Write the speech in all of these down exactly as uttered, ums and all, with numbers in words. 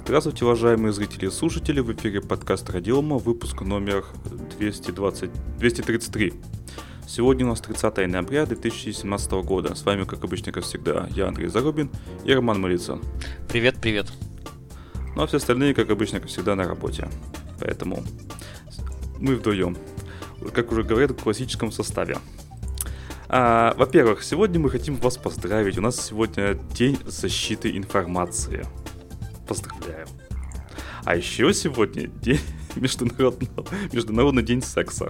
Здравствуйте, уважаемые зрители и слушатели, в эфире подкаст Радиома, выпуск номер двести двадцать, двести тридцать три. Сегодня у нас тридцатое ноября две тысячи семнадцатого года. С вами, как обычно, как всегда, я, Андрей Зарубин и Роман Малицын. Привет, привет. Ну а все остальные, как обычно, как всегда, на работе. Поэтому мы вдвоем, как уже говорят, в классическом составе. А, во-первых, сегодня мы хотим вас поздравить. У нас сегодня День защиты информации. Поздравляю. А еще сегодня день международного, Международный день секса.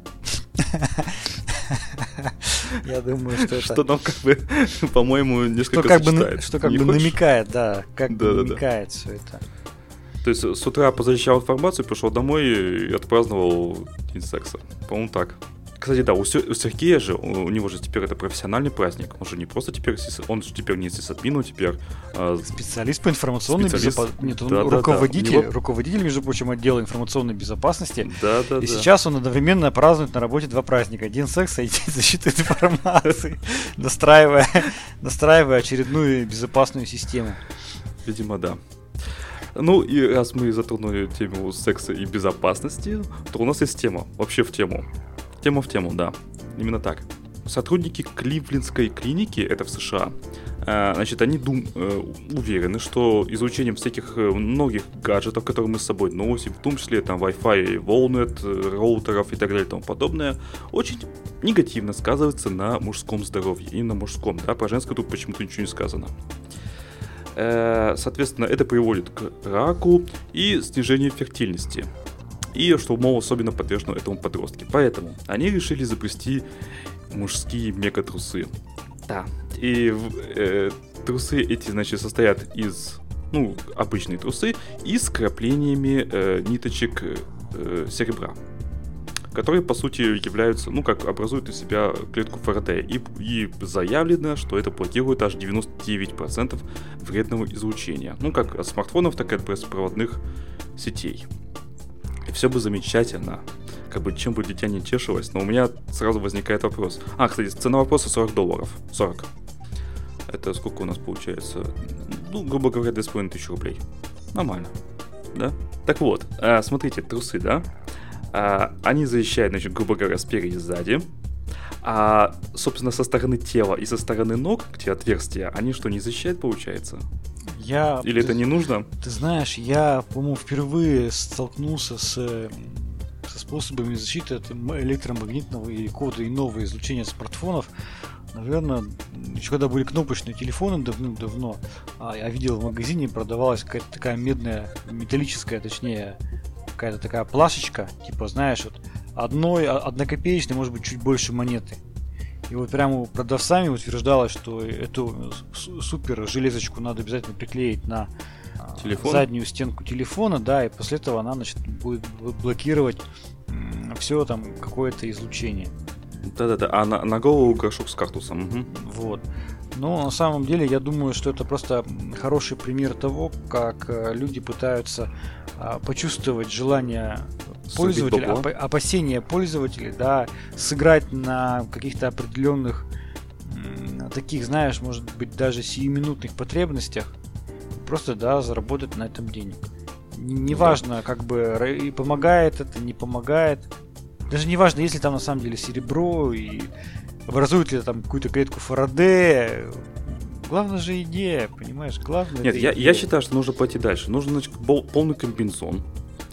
Я думаю, что это... Что нам, как бы, по-моему, несколько что как сочетает. бы, Что как Не бы хочешь? намекает, да, как Да, бы да, намекает да. все это. То есть с утра позащищал информацию, пришел домой и отпраздновал день секса. По-моему, так. Кстати, да, у, Сер- у Сергея же, у, у него же теперь это профессиональный праздник. Он же не просто теперь, сис- он же теперь не сисадмин, он теперь... Э, Специалист по информационной специалист... безопасности. Нет, он да, руководитель, да, да. Него... руководитель, между прочим, отдела информационной безопасности. Да, да, и да. сейчас он одновременно празднует на работе два праздника. День секса и День защиты информации. Настраивая, настраивая очередную безопасную систему. Видимо, да. Ну и раз мы затронули тему секса и безопасности, то у нас есть тема, вообще в тему. Тема в тему, да. Именно так. Сотрудники Кливлендской клиники, это в США, значит, они дум, уверены, что изучением всяких многих гаджетов, которые мы с собой носим, в том числе там Wi-Fi, волнет, роутеров и так далее и тому подобное, очень негативно сказывается на мужском здоровье. И на мужском, да, про женское тут почему-то ничего не сказано. Соответственно, это приводит к раку и снижению фертильности. И что, мол, особенно подвержено этому подростки. Поэтому они решили изобрести мужские мегатрусы. Да. И э, трусы эти, значит, состоят из, ну, обычные трусы и с краплениями э, ниточек э, серебра, которые, по сути, являются, ну, как образуют из себя клетку Фарадея. И, и заявлено, что это блокирует аж девяносто девять процентов вредного излучения. Ну, как от смартфонов, так и от беспроводных сетей. И все бы замечательно, как бы чем бы дитя не тешилось, но у меня сразу возникает вопрос. А, кстати, цена вопроса сорок долларов. сорок. Это сколько у нас получается? Ну, грубо говоря, две с половиной тысячи рублей. Нормально, да? Так вот, а, смотрите, трусы, да? А, они защищают, значит, грубо говоря, спереди и сзади. А, собственно, со стороны тела и со стороны ног, где отверстия, они что, не защищают, получается? Я, Или ты, это не нужно? Ты знаешь, я, по-моему, впервые столкнулся с, со способами защиты от электромагнитного или какого-то иного излучения смартфонов. Наверное, еще когда были кнопочные телефоны давным-давно, а я видел в магазине продавалась какая-то такая медная, металлическая, точнее, какая-то такая плашечка, типа, знаешь, вот одной, однокопеечной, может быть, чуть больше монеты. И вот прямо продавцами утверждалось, что эту супер железочку надо обязательно приклеить на телефон? Заднюю стенку телефона, да, и после этого она, значит, будет блокировать все там какое-то излучение. Да-да-да, а на, на голову горшок с кактусом. Угу. Вот. Но на самом деле я думаю, что это просто хороший пример того, как люди пытаются почувствовать желание пользователя, оп- опасения пользователей, да, сыграть на каких-то определенных м, таких, знаешь, может быть, даже сиюминутных потребностях, просто, да, заработать на этом денег. Неважно, да. Как бы, и помогает это, не помогает. Даже неважно, если там на самом деле серебро и образует ли там какую-то клетку Фарадея. Главное же идея, понимаешь? Главное. Нет, я, я считаю, что нужно пойти дальше. Нужен, значит, полный комбинезон.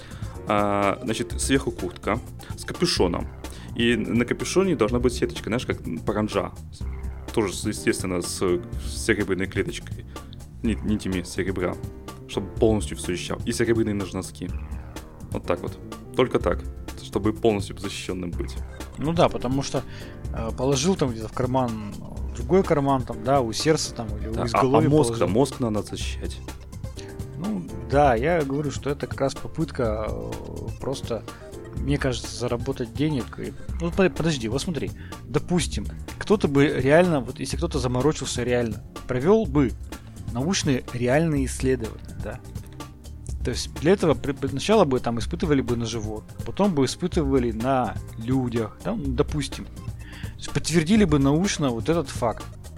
А, значит, сверху куртка с капюшоном. И на капюшоне должна быть сеточка, знаешь, как паранджа. Тоже, естественно, с серебряной клеточкой. Нитями серебра. Чтобы полностью все защищал. И серебряные носки. Вот так вот. Только так. Чтобы полностью защищенным быть. Ну да, потому что э, положил там где-то в карман, в другой карман, там, да, у сердца там, или да, у изголовья. А, а мозг, да, мозг надо защищать. Ну да, я говорю, что это как раз попытка э, просто, мне кажется, заработать денег. И... Ну подожди, вот смотри, допустим, кто-то бы реально, вот если кто-то заморочился реально, провел бы научные реальные исследования, да. То есть для этого сначала бы там испытывали бы на животных, потом бы испытывали на людях, там, допустим, подтвердили бы научно вот этот факт.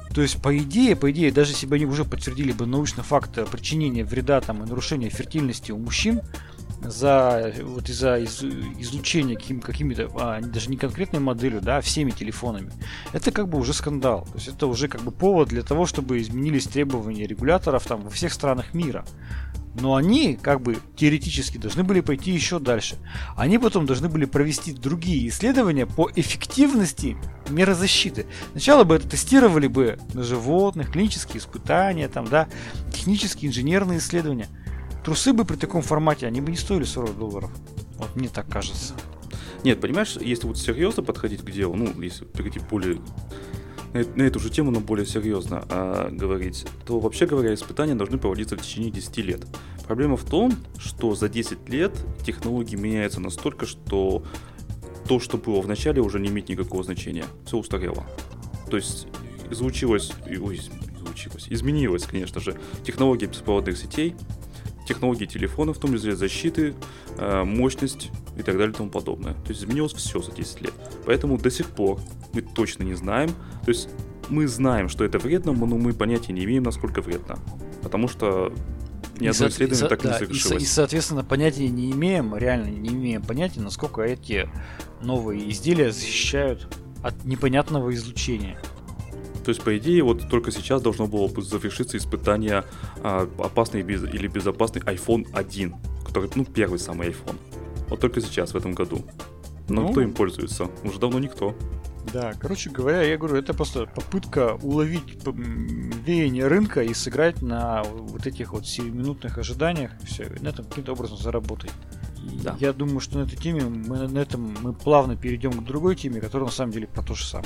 То есть, по идее, по идее, даже если бы они уже подтвердили бы научный факт причинения вреда там, и нарушения фертильности у мужчин за, вот из-за из, излучения каким, какими-то, а, даже не конкретной моделью, да, а всеми телефонами, это как бы уже скандал. То есть это уже как бы повод для того, чтобы изменились требования регуляторов там во всех странах мира. Но они, как бы, теоретически должны были пойти еще дальше. Они потом должны были провести другие исследования по эффективности меры защиты. Сначала бы это тестировали бы на животных, клинические испытания, там, да, технические, инженерные исследования. Трусы бы при таком формате, они бы не стоили сорок долларов. Вот мне так кажется. Нет, понимаешь, если вот серьезно подходить к делу, ну, если перейти более... на эту же тему, но более серьезно а, говорить, то, вообще говоря, испытания должны проводиться в течение десяти лет. Проблема в том, что за десять лет технологии меняются настолько, что то, что было в начале, уже не имеет никакого значения. Все устарело. То есть излучилось, ой, излучилось, изменилось, конечно же, технология беспроводных сетей, технологии телефонов, в том числе защиты, мощность и так далее и тому подобное. То есть изменилось все за десять лет. Поэтому до сих пор мы точно не знаем. То есть мы знаем, что это вредно, но мы понятия не имеем, насколько вредно. Потому что ни одно исследование так да, не совершилось. И, и, соответственно, понятия не имеем, реально не имеем понятия, насколько эти новые изделия защищают от непонятного излучения. То есть, по идее, вот только сейчас должно было бы завершиться испытание а, опасный без, или безопасный айфон один, который, ну, первый самый iPhone. Вот только сейчас, в этом году. Но ну, кто им пользуется? Уже давно никто. Да, короче говоря, я говорю, это просто попытка уловить веяние рынка и сыграть на вот этих вот сиюминутных ожиданиях, и все, и на этом каким-то образом заработать. Да. Я думаю, что на этой теме мы на этом мы плавно перейдем к другой теме, которая на самом деле про то же самое.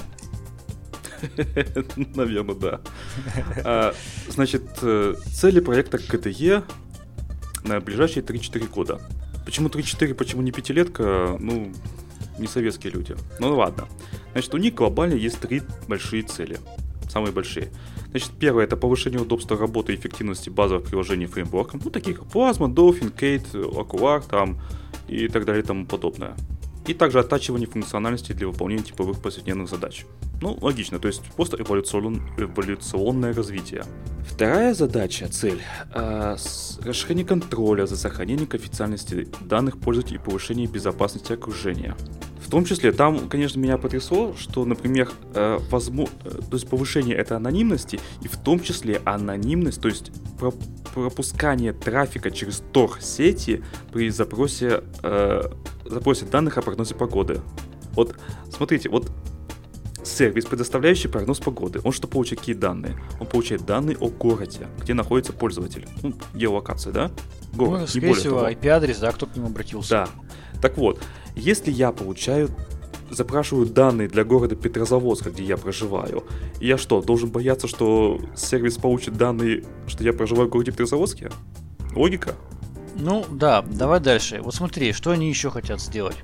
Наверное, да. а, значит, цели проекта ка тэ е на ближайшие три-четыре года. Почему три-четыре, почему не пятилетка? Ну, не советские люди. Ну ладно. Значит, у них глобально есть три большие цели. Самые большие. Значит, первое — это повышение удобства работы и эффективности базовых приложений фреймворком. Ну, таких как Plasma, Dolphin, Kate, Okular там и так далее и тому подобное. И также оттачивание функциональности для выполнения типовых повседневных задач. Ну, логично, то есть просто эволюцион... эволюционное развитие. Вторая задача, цель э, — расширение контроля за сохранением конфиденциальности данных пользователей и повышение безопасности окружения. В том числе, там, конечно, меня потрясло, что, например, э, возможно, то есть повышение этой анонимности, и в том числе анонимность, то есть про- пропускание трафика через Tor-сети при запросе, э, запросе данных о прогнозе погоды. Вот, смотрите, вот сервис, предоставляющий прогноз погоды, он что получает, какие данные? Он получает данные о городе, где находится пользователь. Ну, геолокация, да? Город, ну, скорее всего, ай пи-адрес, да, кто к нему обратился. Да. Так вот, если я получаю, запрашиваю данные для города Петрозаводска, где я проживаю, и я что, должен бояться, что сервис получит данные, что я проживаю в городе Петрозаводске? Логика? Ну, да, давай дальше. Вот смотри, что они еще хотят сделать.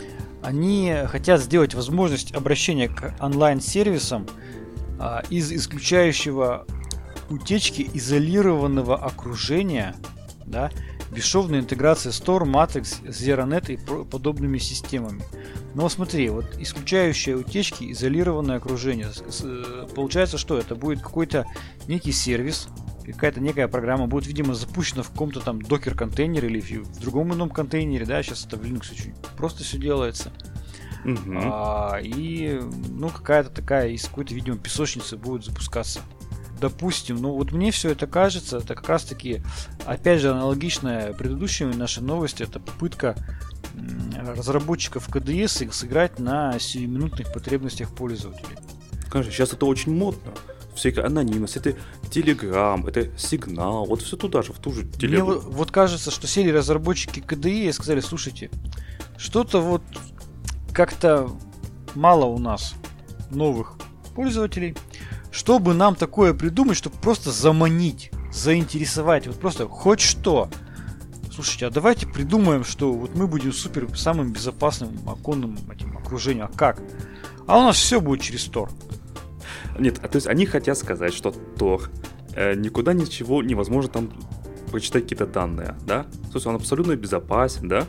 Они хотят сделать возможность обращения к онлайн-сервисам а, из исключающего утечки изолированного окружения, да, бесшовная интеграция с Tor, Matrix, ZeroNet и подобными системами. Но смотри, вот исключающая утечки, изолированное окружение. Получается, что это будет какой-то некий сервис, какая-то некая программа будет, видимо, запущена в каком-то там докер-контейнере или в другом ином контейнере, да, сейчас это в Linux очень просто все делается. Uh-huh. А, и, ну, какая-то такая из какой-то, видимо, песочницы будет запускаться. Допустим, ну вот мне все это кажется, это как раз таки, опять же, аналогичная предыдущей нашей новости, это попытка разработчиков ка дэ эс сыграть на сиюминутных потребностях пользователей. Конечно, сейчас это очень модно. Всякая анонимность, это Telegram, это Сигнал, вот все туда же, в ту же телегу. Мне вот, вот кажется, что сели разработчики ка дэ и и сказали, слушайте, что-то вот как-то мало у нас новых пользователей, чтобы нам такое придумать, чтобы просто заманить, заинтересовать, вот просто хоть что. Слушайте, а давайте придумаем, что вот мы будем супер самым безопасным оконным этим окружением. А как? А у нас все будет через Tor. Нет, а то есть они хотят сказать, что Tor э, никуда ничего невозможно там прочитать какие-то данные, да? То есть он абсолютно безопасен, да?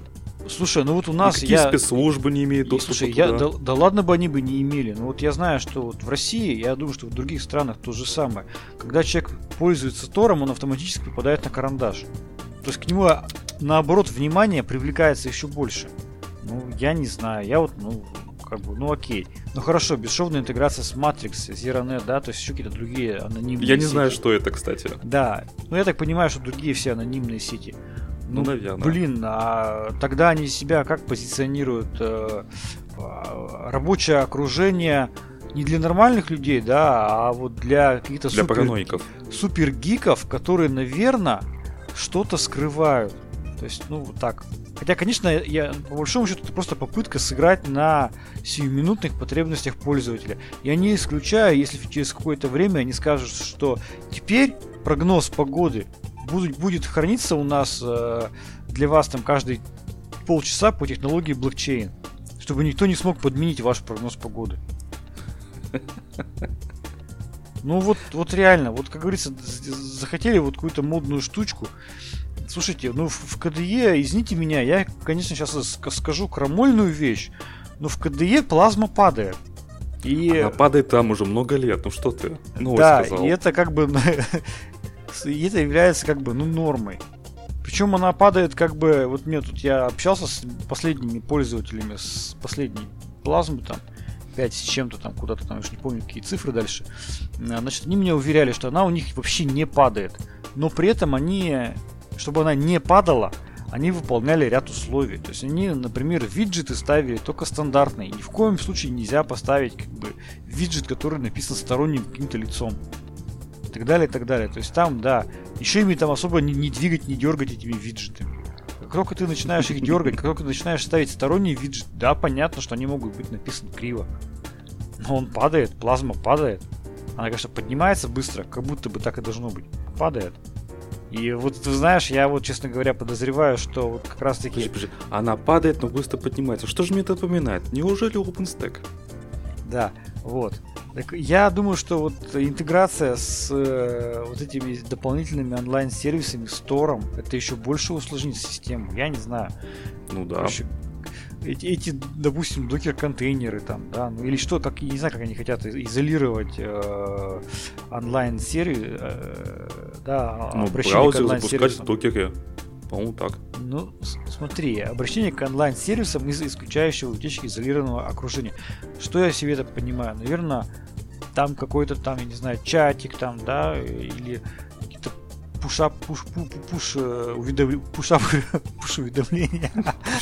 Слушай, ну вот у нас Никакие я... спецслужбы не имеют доступа Слушай, туда. я, да, да ладно бы они бы не имели, но вот я знаю, что вот в России, я думаю, что в других странах то же самое. Когда человек пользуется Тором, он автоматически попадает на карандаш. То есть к нему, наоборот, внимание привлекается еще больше. Ну, я не знаю, я вот, ну, как бы, ну окей. Ну хорошо, бесшовная интеграция с Matrix, ZeroNet, да, то есть еще какие-то другие анонимные Я не сети. знаю, что это, кстати. Да, ну я так понимаю, что другие все анонимные сети. Ну, Ну, наверное. Блин, а тогда они себя как позиционируют? Э, э, рабочее окружение не для нормальных людей, да, а вот для каких-то Для супер, параноиков. супергиков, которые, наверное, что-то скрывают. То есть, ну, вот так. Хотя, конечно, я, по большому счету, это просто попытка сыграть на сиюминутных потребностях пользователя. Я не исключаю, если через какое-то время они скажут, что теперь прогноз погоды будет, будет храниться у нас э, для вас там каждые полчаса по технологии блокчейн, чтобы никто не смог подменить ваш прогноз погоды. Ну вот, вот реально, вот как говорится, захотели вот какую-то модную штучку. Слушайте, ну в, в ка дэ е, извините меня, я, конечно, сейчас скажу крамольную вещь, но в ка дэ е плазма падает. И... Она падает там уже много лет, ну что ты? Новость да, сказал. и это как бы и это является как бы ну нормой. Причем она падает как бы, вот мне тут я общался с последними пользователями с последней плазмы там пять с чем-то там куда-то там, я уж не помню какие цифры дальше. Значит, они мне уверяли, что она у них вообще не падает, но при этом они, чтобы она не падала, они выполняли ряд условий. То есть они, например, виджеты ставили только стандартные. Ни в коем случае нельзя поставить как бы виджет, который написан сторонним каким-то лицом. И так далее, и так далее. То есть там, да, еще ими там особо не, не двигать, не дергать этими виджетами. Как только ты начинаешь их дергать, как только ты начинаешь ставить сторонний виджет, да, понятно, что они могут быть написаны криво. Но он падает, плазма падает. Она, конечно, поднимается быстро, как будто бы так и должно быть. Падает. И вот ты знаешь, я вот, честно говоря, подозреваю, что вот как раз таки... Подожди, подожди. Она падает, но быстро поднимается. Что же мне это напоминает? Неужели OpenStack? Да, вот. Так я думаю, что вот интеграция с э, вот этими дополнительными онлайн-сервисами, с Тором, это еще больше усложнит систему. Я не знаю. Ну да. Короче, эти, эти, допустим, докер-контейнеры там, да, ну или что, как, я не знаю, как они хотят изолировать э, онлайн-сервис, э, да, Ну, обращение к браузер запускать онлайн-сервисам. в докере. По-моему, так. Ну, с- смотри, обращение к онлайн-сервисам из исключающего утечки изолированного окружения. Что я себе это понимаю? Наверное, там какой-то там, я не знаю, чатик там, да, или какие-то пуша, пуш, пу, пу- пуш, э, уведомле- пуша, пуш уведомления.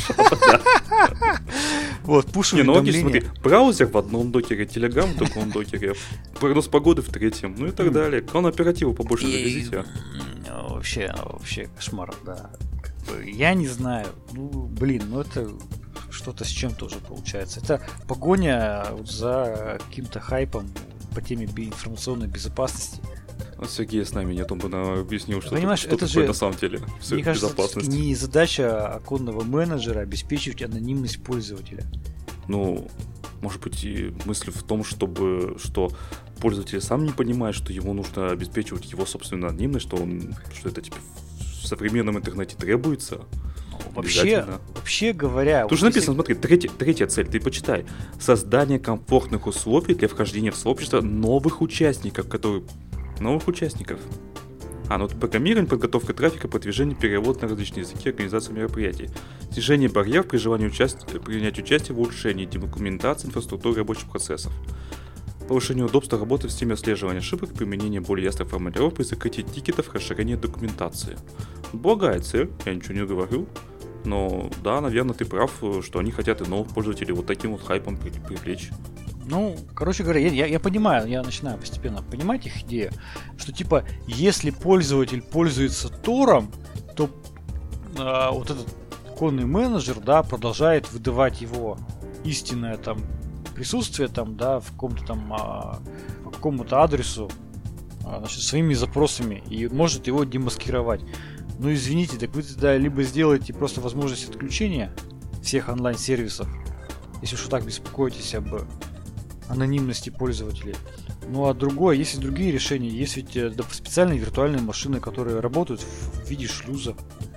Вот, пуш Не, ну окей, уведомления. смотри, браузер в одном докере, Telegram в другом докере, прогноз погоды в третьем, ну и так Мгм. далее. Кон оперативу побольше И- завезите. м, Вообще, вообще кошмар, да. Как бы, я не знаю. Ну, блин, ну это что-то с чем-то уже получается. Это погоня за каким-то хайпом по теме би- информационной безопасности. А Сергей с нами нет, он бы нам объяснил, что, Понимаешь, это, что это такое же, на самом деле всё Мне кажется, безопасность. это не задача оконного менеджера обеспечивать анонимность пользователя. Ну, может быть, и мысль в том, чтобы, что пользователь сам не понимает, что его нужно обеспечивать его собственную анонимность, что он, что это теперь в современном интернете требуется. Ну, вообще, Обязательно. вообще говоря... Тут вот же написано, если- смотри, третья, третья цель, ты почитай. Создание комфортных условий для вхождения в сообщество новых участников, которые... Новых участников. А, ну тут программирование, подготовка трафика, продвижение, перевод на различные языки, организация мероприятий. Снижение барьеров при желании участь... принять участие в улучшении документации, инфраструктуры рабочих процессов. Повышение удобства работы в системе отслеживания ошибок, применение более ясных формулировок при закрытии тикетов, расширение документации. Благая цель, я ничего не говорю. Но да, наверное, ты прав, что они хотят и новых пользователей вот таким вот хайпом при- привлечь. Ну, короче говоря, я, я, я понимаю, я начинаю постепенно понимать их идею, что типа, если пользователь пользуется Тором, то а, вот этот конный менеджер, да, продолжает выдавать его истинное там присутствие там, да, в каком-то там а, по какому-то адресу, а, значит, своими запросами и может его демаскировать. Ну, извините, так вы тогда либо сделаете просто возможность отключения всех онлайн-сервисов, если уж вы так беспокоитесь об анонимности пользователей. Ну а другое, есть и другие решения. Есть ведь э, доп- специальные виртуальные машины, которые работают в виде шлюза.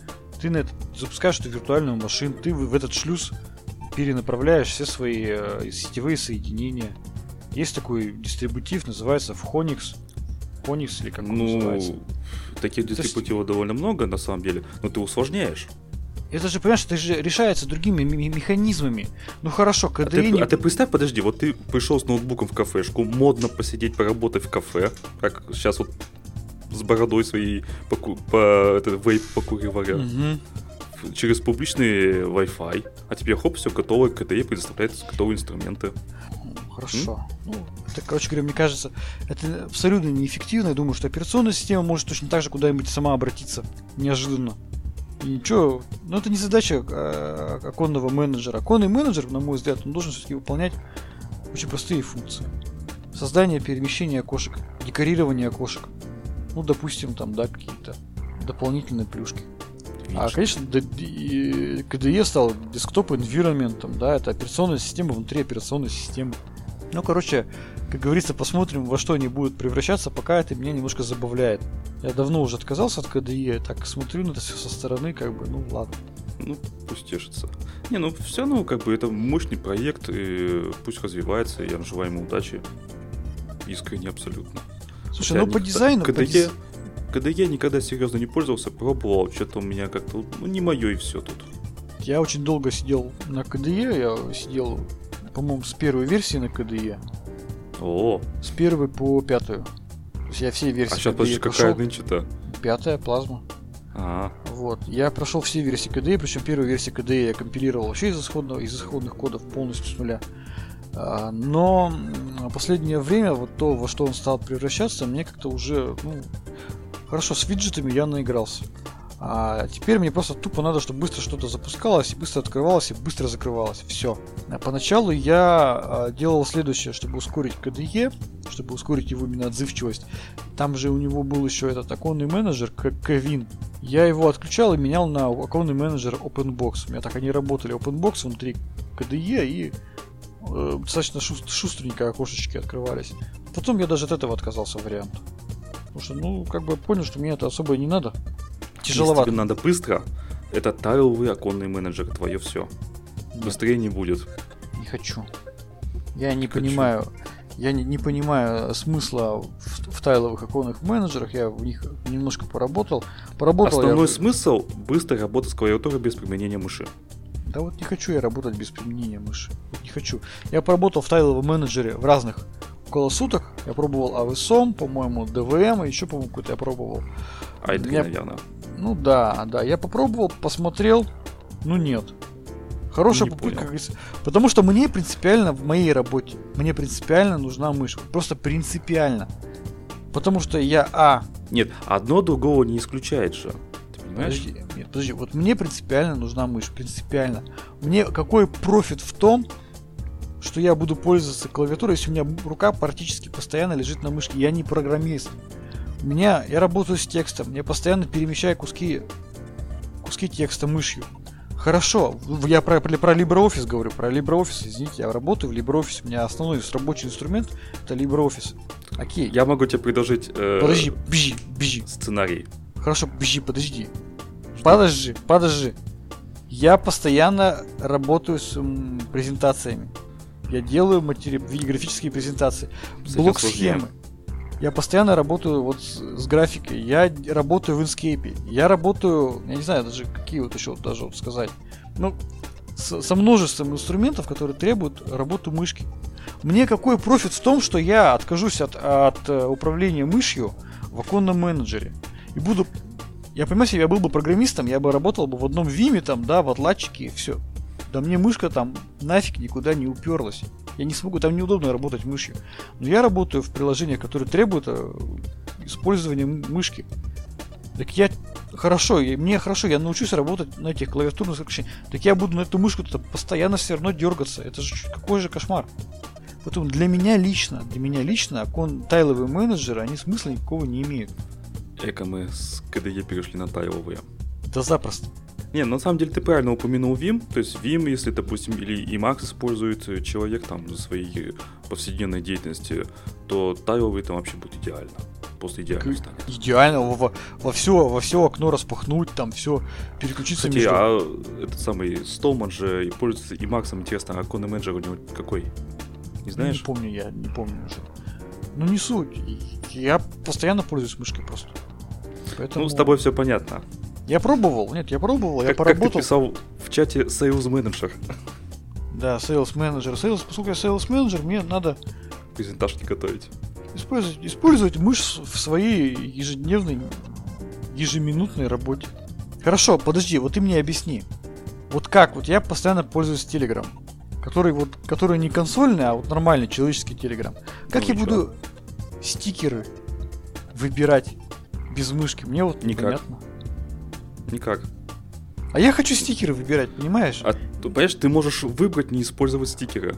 Ты на это запускаешь эту виртуальную машину, ты в этот шлюз перенаправляешь все свои э, сетевые соединения. Есть такой дистрибутив, называется Phoenix. Phoenix или как он ну, называется. Таких дистрибутивов есть... довольно много на самом деле, но ты усложняешь. Это же, понимаешь, это же решается другими м- механизмами. Ну хорошо, ка ди и... А ты, не... а ты представь, подожди, вот ты пришел с ноутбуком в кафешку, модно посидеть, поработать в кафе, как сейчас вот с бородой своей поку... по... это, вейп покуривая. Угу. Через публичный Wi-Fi, а тебе хоп, все готово, ка ди и предоставляет готовые инструменты. Хорошо. М? Ну, это, короче говоря, мне кажется, это абсолютно неэффективно. Я думаю, что операционная система может точно так же куда-нибудь сама обратиться. Неожиданно. И ничего, ну это не задача а, оконного менеджера. Оконный менеджер, на мой взгляд, он должен все-таки выполнять очень простые функции. Создание, перемещение окошек, декорирование окошек. Ну, допустим, там, да, какие-то дополнительные плюшки. А, конечно, ка ди и стал десктоп environment, да, это операционная система внутри операционной системы. Ну, короче, как говорится, посмотрим, во что они будут превращаться, пока это меня немножко забавляет. Я давно уже отказался от ка ди и, так смотрю на это все со стороны, как бы, ну ладно. Ну, пусть тешится. Не, ну все равно, как бы, это мощный проект, и пусть развивается, я желаю ему удачи. Искренне абсолютно. Слушай, Хотя ну по дизайну... ка ди и, по диз... ка ди и я никогда серьезно не пользовался, пробовал, что-то у меня как-то, ну, не мое и все тут. Я очень долго сидел на ка ди и, я сидел, по-моему, с первой версии на ка ди и. О. С первой по пятую. То есть я все версии. А сейчас, подожди, какая нынче-то? Пятая, плазма. А. Вот. Я прошел все версии ка ди и, причем первую версию ка ди и я компилировал вообще из исходного, из исходных кодов полностью с нуля. А, но в последнее время вот то, во что он стал превращаться, мне как-то уже, ну, хорошо, с виджетами я наигрался. А теперь мне просто тупо надо, чтобы быстро что-то запускалось, и быстро открывалось, и быстро закрывалось. Все. А поначалу я а, делал следующее, чтобы ускорить ка ди и, чтобы ускорить его именно отзывчивость. Там же у него был еще этот оконный менеджер, как Kevin. Я его отключал и менял на оконный менеджер OpenBox. У меня так они работали. OpenBox внутри ка ди и, и э, достаточно шуст- шустренько окошечки открывались. Потом я даже от этого отказался варианта. Потому что, ну, как бы понял, что мне это особо не надо. Тяжеловато. Если тебе надо быстро, это тайловый оконный менеджер, твое все. Нет. Быстрее не будет. Не хочу. Я не хочу. понимаю. Я не, не понимаю смысла в, в тайловых оконных менеджерах. Я в них немножко поработал. поработал Основной я... смысл быстро работать с клавиатурой без применения мыши. Да вот не хочу я работать без применения мыши. Вот не хочу. Я поработал в тайловом менеджере в разных около суток. Я пробовал эй ви эс о эм, по-моему, ди ви эм, и еще, по-моему, какой-то я пробовал. ай три, я... наверное. Ну да, да. Я попробовал, посмотрел. Ну нет. Хорошая попытка, как говорится. Потому что мне принципиально в моей работе, мне принципиально нужна мышь. Просто принципиально. Потому что я, а... Нет, одно другого не исключает же. Ты понимаешь? Подожди, нет, подожди. Вот мне принципиально нужна мышь. Принципиально. Мне какой профит в том, что я буду пользоваться клавиатурой, если у меня рука практически постоянно лежит на мышке. Я не программист. У меня, я работаю с текстом, я постоянно перемещаю куски, куски текста мышью. Хорошо, я про, про, про LibreOffice говорю, про LibreOffice, извините, я работаю в LibreOffice, у меня основной рабочий инструмент это LibreOffice. Окей. Я могу тебе предложить э, подожди, бжи, бжи. сценарий. Хорошо, бжи, подожди. Что? Подожди, подожди. Я постоянно работаю с м, презентациями. Я делаю матери... графические презентации, блок-схемы. Я постоянно работаю вот с, с графикой. Я работаю в Inkscape. Я работаю, я не знаю даже какие вот еще даже вот сказать. Ну, с, со множеством инструментов, которые требуют работу мышки. Мне какой профит в том, что я откажусь от, от управления мышью в оконном менеджере. И буду... Я понимаю, если я был бы программистом, я бы работал бы в одном виме, там, да, в отладчике и все. Да мне мышка там нафиг никуда не уперлась. Я не смогу, там неудобно работать мышью. Но я работаю в приложениях, которые требуют использования мышки. Так я хорошо, мне хорошо, я научусь работать на этих клавиатурных сокращениях. Так я буду на эту мышку постоянно все равно дергаться. Это же какой же кошмар. Поэтому для меня лично, для меня лично окон тайловые менеджеры, они смысла никакого не имеют. Эко мы с ка ди и перешли на тайловые. Да запросто. Не, на самом деле ты правильно упомянул Vim, то есть Vim, если, допустим, или Emacs использует человек там за своей повседневной деятельности, то тайловый там вообще будет идеально. просто идеально станет. Идеально, во, во, все, во все окно распахнуть, там все переключиться. Кстати, между... а этот самый Столман же и пользуется и Максом, интересно, а оконный менеджер у него какой? Не знаешь? Не помню, я не помню уже. Ну не суть, я постоянно пользуюсь мышкой просто. Поэтому... Ну, с тобой все понятно. Я пробовал, нет, я пробовал, как, я поработал. Как ты писал в чате Sales Manager. Да, Sales Manager. Sales, поскольку я Sales Manager, мне надо... презентажки готовить. Использовать, использовать мышь в своей ежедневной, ежеминутной работе. Хорошо, подожди, вот ты мне объясни. Вот как? Вот я постоянно пользуюсь Telegram, который вот, который не консольный, а вот нормальный человеческий Telegram. Как ну, я буду стикеры выбирать без мышки? Мне вот непонятно. Никак. А я хочу стикеры выбирать, понимаешь? А, понимаешь, ты можешь выбрать не использовать стикеры.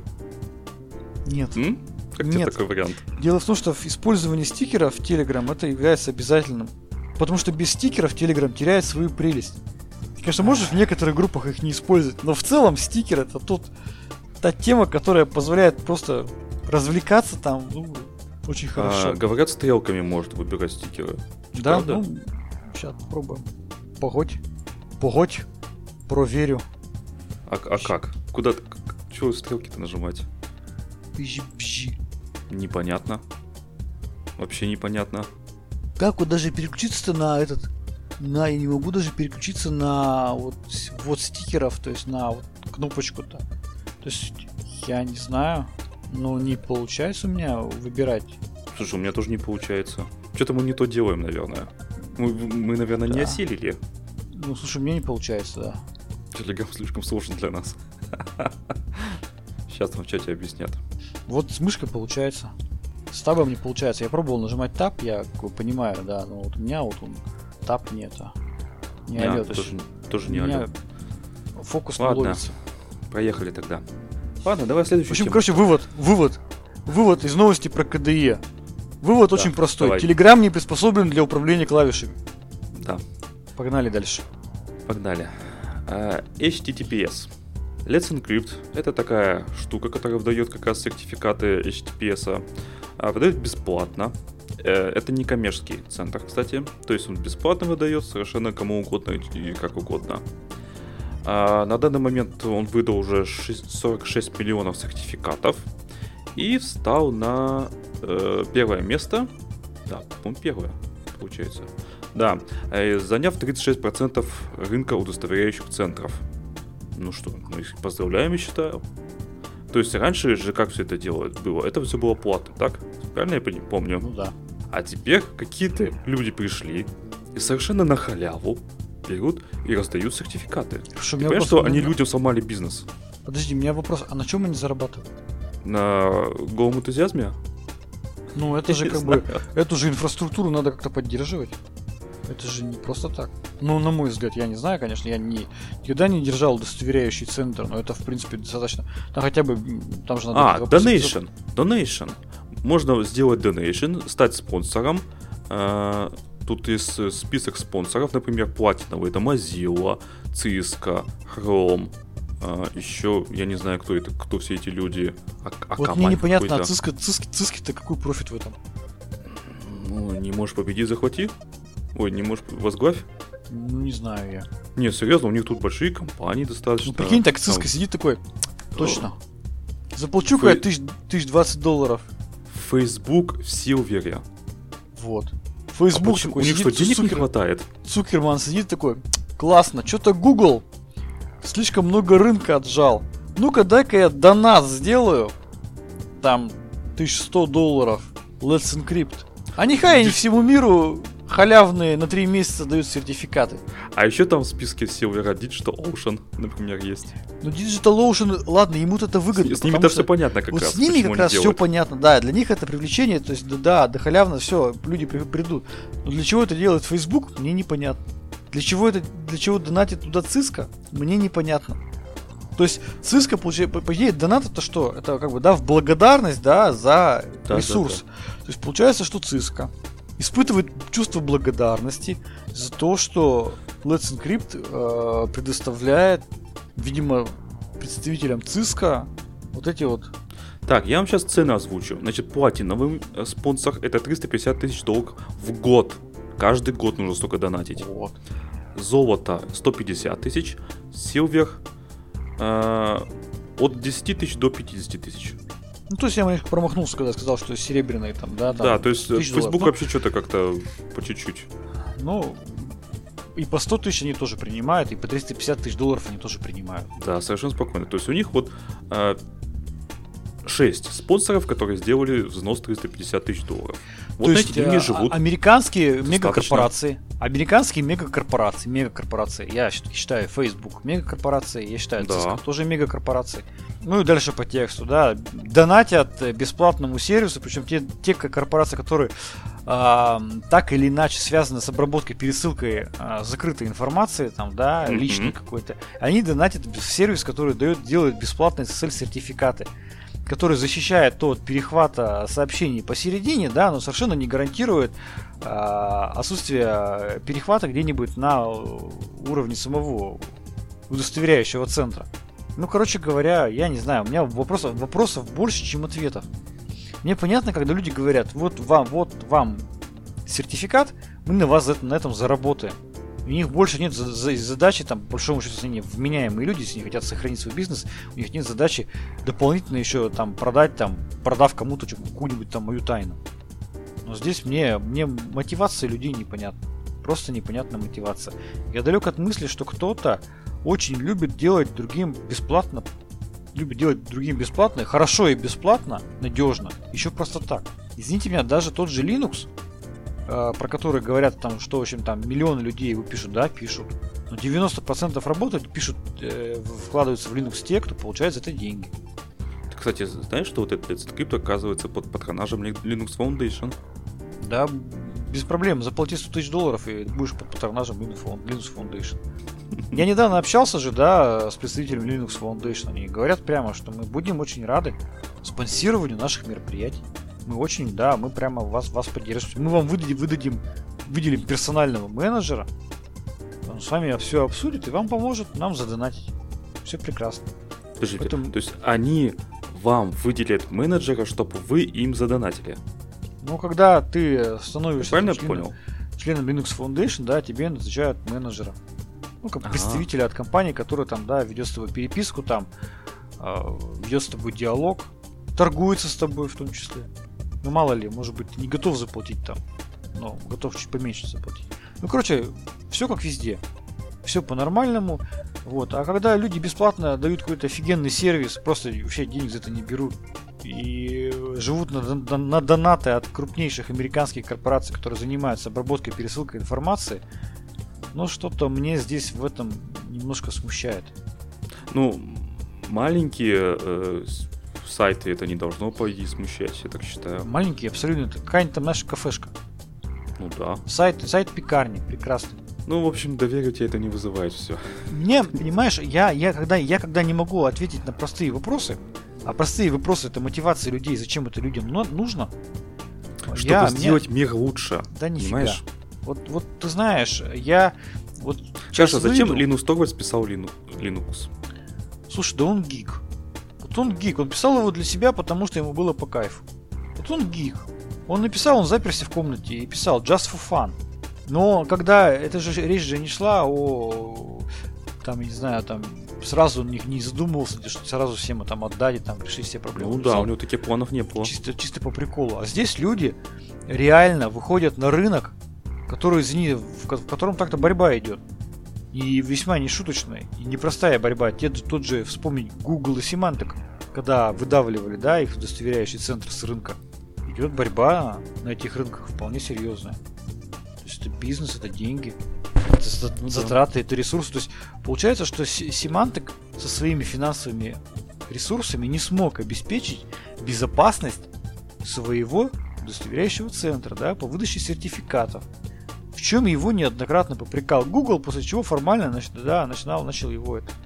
Нет. М? Как тебе Нет. такой вариант? Дело в том, что использование стикеров в Telegram это является обязательным. Потому что без стикеров Telegram теряет свою прелесть. Ты, конечно, можешь в некоторых группах их не использовать, но в целом стикер это тот, та тема, которая позволяет просто развлекаться там, ну, очень хорошо. А, говорят, стрелками может выбирать стикеры. Да, правда? ну, сейчас попробуем. Погодь. Погодь. Проверю. А, а как? Куда ты? Чего стрелки-то нажимать? Пжи-пжи. Непонятно. Вообще непонятно. Как вот даже переключиться-то на этот... На, я не могу даже переключиться на вот, вот стикеров, то есть на вот кнопочку-то. То есть, я не знаю, но не получается у меня выбирать. Слушай, у меня тоже не получается. Что-то мы не то делаем, наверное. Мы, мы наверное, Да. не осилили. Ну, слушай, у меня не получается, да. Телеграм слишком сложен для нас. Сейчас нам в чате объяснят. Вот с мышкой получается. С табом не получается. Я пробовал нажимать таб, я как бы понимаю, да, но вот у меня вот он таб нет. А. Не Не, алё, то тоже, есть тоже у не меня алё. фокус не Ладно. ловится. Проехали тогда. Ладно, давай В следующую общем, тему. короче, вывод, вывод, вывод из новости про ка дэ е. Вывод Да, очень простой. давай. Telegram не приспособлен для управления клавишами. Да, Погнали дальше. погнали. А, эйч ти ти пи эс. Let's Encrypt — это такая штука, которая выдает как раз сертификаты эйч ти ти пи эс. А, выдает бесплатно. Э, Это не коммерческий центр, кстати. То есть он бесплатно выдает совершенно кому угодно и как угодно. А, на данный момент он выдал уже сорок шесть миллионов сертификатов и встал на э, первое место. Да, по-моему, первое, получается. Да, э, заняв тридцать шесть процентов рынка удостоверяющих центров. Ну что, мы их поздравляем, я считаю. То есть раньше же как все это дело было? Это все было платно, так? Правильно я пони- помню? Ну да. А теперь какие-то люди пришли и совершенно на халяву берут и раздают сертификаты. Хорошо, у Ты меня понимаешь, вопрос- что у меня- они людям сломали бизнес? Подожди, у меня вопрос, а на чем они зарабатывают? На голом энтузиазме? Ну, это же Не как бы, знаю. эту же инфраструктуру надо как-то поддерживать. Это же не просто так. Ну, на мой взгляд, я не знаю, конечно, я не, никогда не держал удостоверяющий центр, но это, в принципе, достаточно. Там хотя бы, м, там же надо... А, вопросы- donation. Donation. Можно сделать donation, стать спонсором. А, Тут есть э, список спонсоров, например, платиновый. Это Mozilla, Cisco, Chrome. А, еще, я не знаю, кто это, кто все эти люди. А, Вот мне непонятно, а какой-то. Циска, Циски, Циски-то какой профит в этом? Ну, не можешь победить, захвати. Ой, не можешь возглавь. Ну, не знаю я. Не, серьезно, у них тут большие компании достаточно. Ну, прикинь, так Там Циска сидит такой, точно. Заплачу-ка я Фей- тысяч, тысяч двадцать долларов. Facebook в Силвере. Вот. А Facebook почему? такой У них сидит, что, денег не Цукер- хватает? Цукерман сидит такой, классно, что-то Google слишком много рынка отжал. Ну-ка, дай-ка я донат сделаю. Там, тысяча сто долларов. Let's Encrypt. А нехай они всему миру халявные на три месяца дают сертификаты. А еще там в списке Силвера Digital Ocean, например, есть. Ну, DigitalOcean, ладно, ему-то это выгодно. С, с ними-то потому все что понятно как вот раз. с ними почему как они раз все делают. понятно, да, для них это привлечение, то есть, да, да, да халявно, все, люди при- придут. Но для чего это делает Facebook, мне непонятно. Для чего это, для чего донатит туда Cisco, мне непонятно. То есть Cisco, получает, по, по идее, донат это что? Это как бы, да, в благодарность, да, за Да, ресурс. да, То есть получается, что Cisco испытывает чувство благодарности за то, что Let's Encrypt э, предоставляет, видимо, представителям Cisco вот эти вот Так, я вам сейчас цены озвучу. Значит, платиновый спонсор это триста пятьдесят тысяч долларов в год. Каждый год нужно столько донатить. Вот. Золото сто пятьдесят тысяч. Силвер э, от десять тысяч до пятьдесят тысяч. Ну, то есть я немножко промахнулся, когда сказал, что серебряный там, да? Там, да, то есть Facebook долларов. вообще что-то как-то по чуть-чуть. Ну, и по сто тысяч они тоже принимают, и по триста пятьдесят тысяч долларов они тоже принимают. Да, совершенно спокойно. То есть у них вот э, шесть спонсоров, которые сделали взнос триста пятьдесят тысяч долларов. Вот то на есть эти деньги а, живут. Американские достаточно. мегакорпорации, американские мегакорпорации, мегакорпорации, я считаю Facebook мегакорпорацией, я считаю Да. Cisco тоже мегакорпорацией. Ну и дальше по тексту, да, донатят бесплатному сервису, причем те, те корпорации, которые а, так или иначе связаны с обработкой, пересылкой а, закрытой информации, там, да, Mm-hmm. личной какой-то, они донатят в сервис, который дает, делает бесплатные эс эс эль-сертификаты, который защищает то от перехвата сообщений посередине, да, но совершенно не гарантирует э, отсутствие перехвата где-нибудь на уровне самого удостоверяющего центра. Ну, короче говоря, я не знаю, у меня вопросов, вопросов больше, чем ответов. Мне понятно, когда люди говорят, вот вам, вот вам сертификат, мы на вас на этом заработаем. У них больше нет задачи, там, по большому счету, они вменяемые люди, если они хотят сохранить свой бизнес, у них нет задачи дополнительно еще там продать, там, продав кому-то какую-нибудь там мою тайну. Но здесь мне, мне мотивация людей непонятна. Просто непонятная мотивация. Я далек от мысли, что кто-то очень любит делать другим бесплатно, любит делать другим бесплатно, хорошо и бесплатно, надежно, еще просто так. Извините меня, даже тот же Linux, про которые говорят, там, что, в общем, там миллионы людей его пишут, да, пишут. Но девяносто процентов работают, пишут, э, вкладываются в Linux те, кто получает за это деньги. Ты, кстати, знаешь, что вот этот скрипт оказывается под патронажем Linux Foundation? Да, без проблем. Заплати сто тысяч долларов и будешь под патронажем Linux Foundation. Я недавно общался же, да, с представителями Linux Foundation. Они говорят прямо, что мы будем очень рады спонсированию наших мероприятий. Мы очень, да, мы прямо вас, вас поддержим. Мы вам выдадим, выдадим, выделим персонального менеджера. Он с вами все обсудит и вам поможет нам задонатить. Все прекрасно. Подождите, Поэтому... то есть они вам выделят менеджера, чтобы вы им задонатили? Ну, когда ты становишься правильно членом, понял? членом Linux Foundation, да, тебе назначают менеджера. Ну, как ага. представителя от компании, который там, да, ведет с тобой переписку, там, э, ведет с тобой диалог, торгуется с тобой в том числе. Ну, мало ли, может быть, ты не готов заплатить там, но готов чуть поменьше заплатить. Ну, короче, все как везде. Все по-нормальному. Вот. А когда люди бесплатно дают какой-то офигенный сервис, просто вообще денег за это не берут, и живут на, на, на донаты от крупнейших американских корпораций, которые занимаются обработкой и пересылкой информации, ну, что-то мне здесь в этом немножко смущает. Ну, маленькие э, сайты это не должно, по идее, смущать, я так считаю. Маленькие, абсолютно. Это какая-нибудь там наша кафешка. Ну да. Сайт, сайт пекарни, прекрасный. Ну, в общем, доверие у тебя это не вызывает все. Мне, понимаешь, я, я, когда, я когда не могу ответить на простые вопросы, а простые вопросы это мотивация людей, зачем это людям нужно, чтобы я, сделать мне... мир лучше. Да нифига. Понимаешь? Вот, вот ты знаешь, я вот Хорошо, зачем выйду... Линус Торвальдс писал Linux? Слушай, да он гик. Вот он гик. Он писал его для себя, потому что ему было по кайфу. Вот он гик. Он написал, он заперся в комнате и писал just for fun. Но когда это же речь же не шла о, там, я не знаю, там сразу он не, не задумывался, что сразу всем там отдать и там решить все проблемы. Ну да, у него таких планов не было. Чисто, чисто по приколу. А здесь люди реально выходят на рынок, который, извини, в котором так-то борьба идет. И весьма нешуточная, и непростая борьба. Те, тот же, вспомнить Google и Symantec, когда выдавливали, да, их удостоверяющий центр с рынка. Идет борьба на этих рынках вполне серьезная. То есть это бизнес, это деньги, это ну, затраты, да. Это ресурсы. То есть получается, что Symantec со своими финансовыми ресурсами не смог обеспечить безопасность своего удостоверяющего центра, да, по выдаче сертификатов. В чем его неоднократно попрекал Google, после чего формально значит, да, начинал, начал его это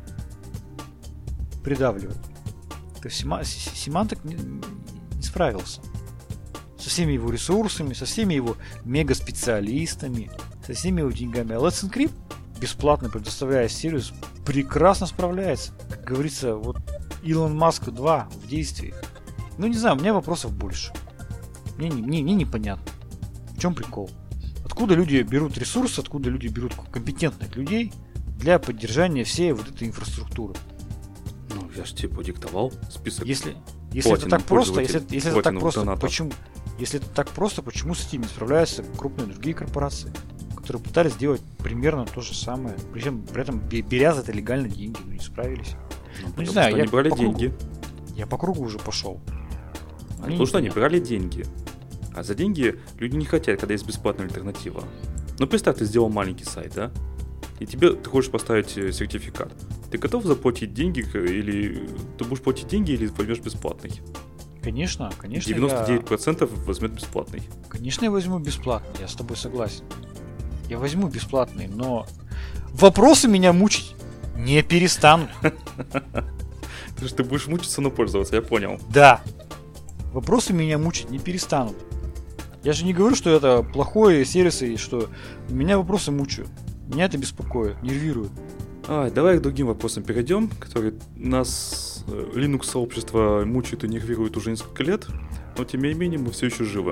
придавливать. То есть Symantec не, не справился со всеми его ресурсами, со всеми его мега-специалистами, со всеми его деньгами. А Let's Encrypt, бесплатно предоставляя сервис, прекрасно справляется. Как говорится, вот Илон Маск два в действии. Ну, не знаю, у меня вопросов больше. Мне, не, мне, мне непонятно. В чем прикол? Откуда люди берут ресурсы, откуда люди берут компетентных людей для поддержания всей вот этой инфраструктуры? Ну, я же тебе подиктовал список. Если, если это так просто, если, если это так просто, донатов. почему, если это так просто, почему с этим не справляются крупные другие корпорации, которые пытались сделать примерно то же самое, причем при этом беря за это легально деньги, но не справились. Ну, ну, не знаю, я они брали по деньги. Кругу, я по кругу уже пошел. А потому что они брали деньги. А за деньги люди не хотят, когда есть бесплатная альтернатива. Ну, представь, ты сделал маленький сайт, да? И тебе ты хочешь поставить сертификат. Ты готов заплатить деньги, или ты будешь платить деньги, или возьмешь бесплатный? Конечно, конечно. девяносто девять процентов я... возьмет бесплатный. Конечно, я возьму бесплатный, я с тобой согласен. Я возьму бесплатный, но вопросы меня мучить не перестанут. Потому что ты будешь мучиться, но пользоваться, я понял. Да. Вопросы меня мучить не перестанут. Я же не говорю, что это плохой сервис и что меня вопросы мучают. Меня это беспокоит, нервирует. А, давай к другим вопросам перейдем, которые нас Linux-сообщество мучает и нервирует уже несколько лет, но тем не менее мы все еще живы.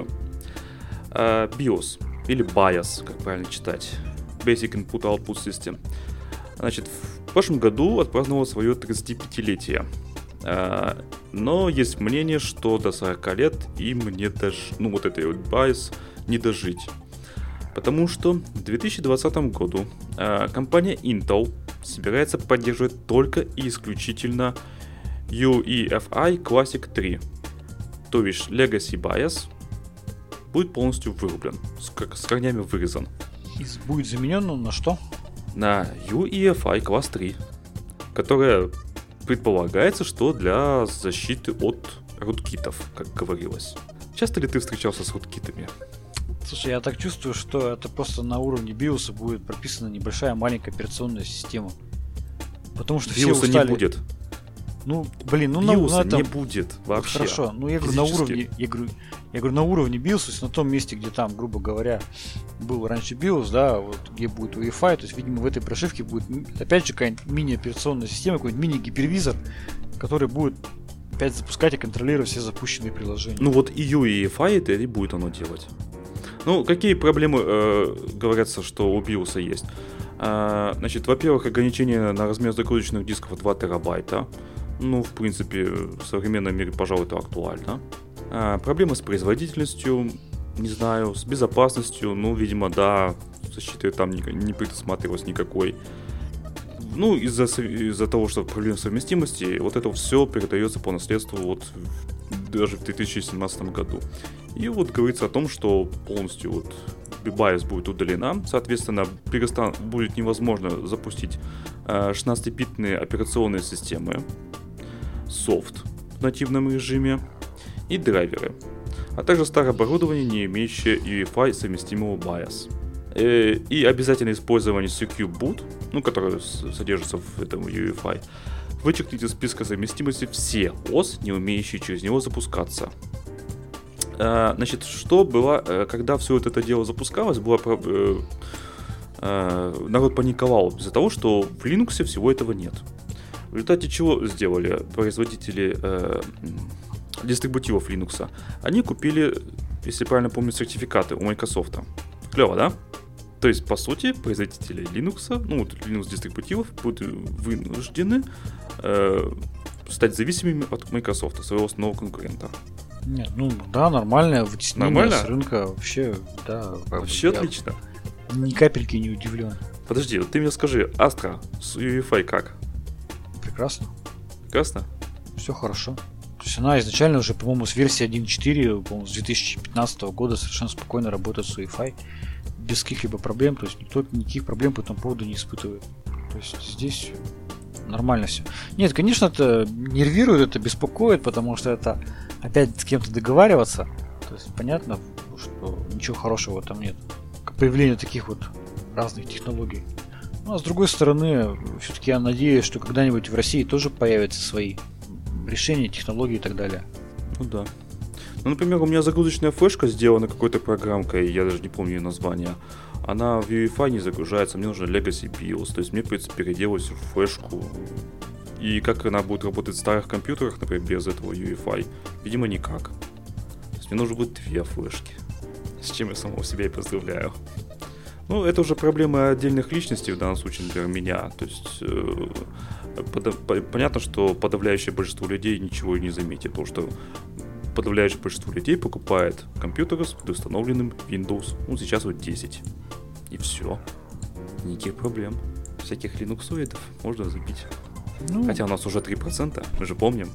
А, биос, или BIOS, как правильно читать. Basic Input Output System. Значит, в прошлом году отпраздновал свое тридцатипятилетие. А, но есть мнение, что до сорока лет им не дож... ну вот этой вот BIOS не дожить. Потому что в две тысячи двадцатом году а, компания Intel собирается поддерживать только и исключительно ю и эф ай Classic три. То есть Legacy BIOS будет полностью вырублен, с, с корнями вырезан. И будет заменен на что? На ю и эф ай Class три, которая предполагается, что для защиты от руткитов, как говорилось. Часто ли ты встречался с руткитами? Слушай, я так чувствую, что это просто на уровне биоса будет прописана небольшая маленькая операционная система. Потому что биоса все устали. не будет. Ну, блин, ну биоса на, на этом... не будет вообще. Вот хорошо, ну я говорю, на уровне, я говорю, я говорю, на уровне биоса, то есть на том месте, где там, грубо говоря, был раньше биос, да, вот где будет ю и эф ай, то есть, видимо, в этой прошивке будет, опять же, какая-нибудь мини-операционная система, какой-нибудь мини-гипервизор, который будет опять запускать и контролировать все запущенные приложения. Ну вот и ю и эф ай это и будет оно делать. Ну, какие проблемы э, говорятся, что у биоса есть? А, значит, во-первых, ограничение на размер закруточных дисков два терабайта. Ну, в принципе, в современном мире, пожалуй, это актуально. А, проблемы с производительностью, не знаю, с безопасностью, ну, видимо, да, защиты там не, не предусматривалось никакой. Ну, из-за, из-за того, что проблемы совместимости, вот это все передается по наследству вот даже в две тысячи семнадцатом году. И вот говорится о том, что полностью вот BIOS будет удалена, соответственно, перестан... будет невозможно запустить э, шестнадцатибитные операционные системы, софт в нативном режиме и драйверы, а также старое оборудование, не имеющее ю и эф ай совместимого BIOS. Э, и обязательное использование Secure Boot, ну, которое содержится в этом ю и эф ай, вычеркните из списка совместимости все ОС, не умеющие через него запускаться. Значит, что было, когда все вот это дело запускалось, было, э, э, народ паниковал из-за того, что в Linux всего этого нет. В результате чего сделали производители э, дистрибутивов Linux? Они купили, если правильно помню, сертификаты у Microsoft. Клево, да? То есть, по сути, производители Linux, ну, вот Linux дистрибутивов будут вынуждены э, стать зависимыми от Microsoft, своего основного конкурента. Нет, ну да, нормальное вытеснение Нормально? С рынка, вообще, да. Вообще отлично. Ни капельки не удивлен. Подожди, вот ты мне скажи, Astra с ю и эф ай как? Прекрасно. Прекрасно? Все хорошо. То есть она изначально уже, по-моему, с версии один точка четыре, по-моему, с две тысячи пятнадцатого года совершенно спокойно работает с ю и эф ай. Без каких-либо проблем, то есть никто никаких проблем по этому поводу не испытывает. То есть здесь нормально все. Нет, конечно, это нервирует, это беспокоит, потому что это опять с кем-то договариваться. То есть понятно, что ничего хорошего там нет. К появлению таких вот разных технологий. Ну, а с другой стороны, все-таки я надеюсь, что когда-нибудь в России тоже появятся свои решения, технологии и так далее. Ну да. Ну, например, у меня загрузочная флешка сделана какой-то программкой, я даже не помню ее название. Она в ю и эф ай не загружается, мне нужно Legacy биос. То есть мне придется переделать всю флешку И как она будет работать в старых компьютерах, например, без этого ю эф ай? Видимо, никак. То есть мне нужно будет две флешки. С чем я самого себя и поздравляю. Ну, это уже проблемы отдельных личностей в данном случае, например, меня. То есть э, под, понятно, что подавляющее большинство людей ничего и не заметит, потому что подавляющее большинство людей покупает компьютеры с предустановленным Windows, ну, сейчас вот десять. И все. Никаких проблем. Всяких линуксоидов можно забить. Ну, хотя у нас уже три процента, мы же помним.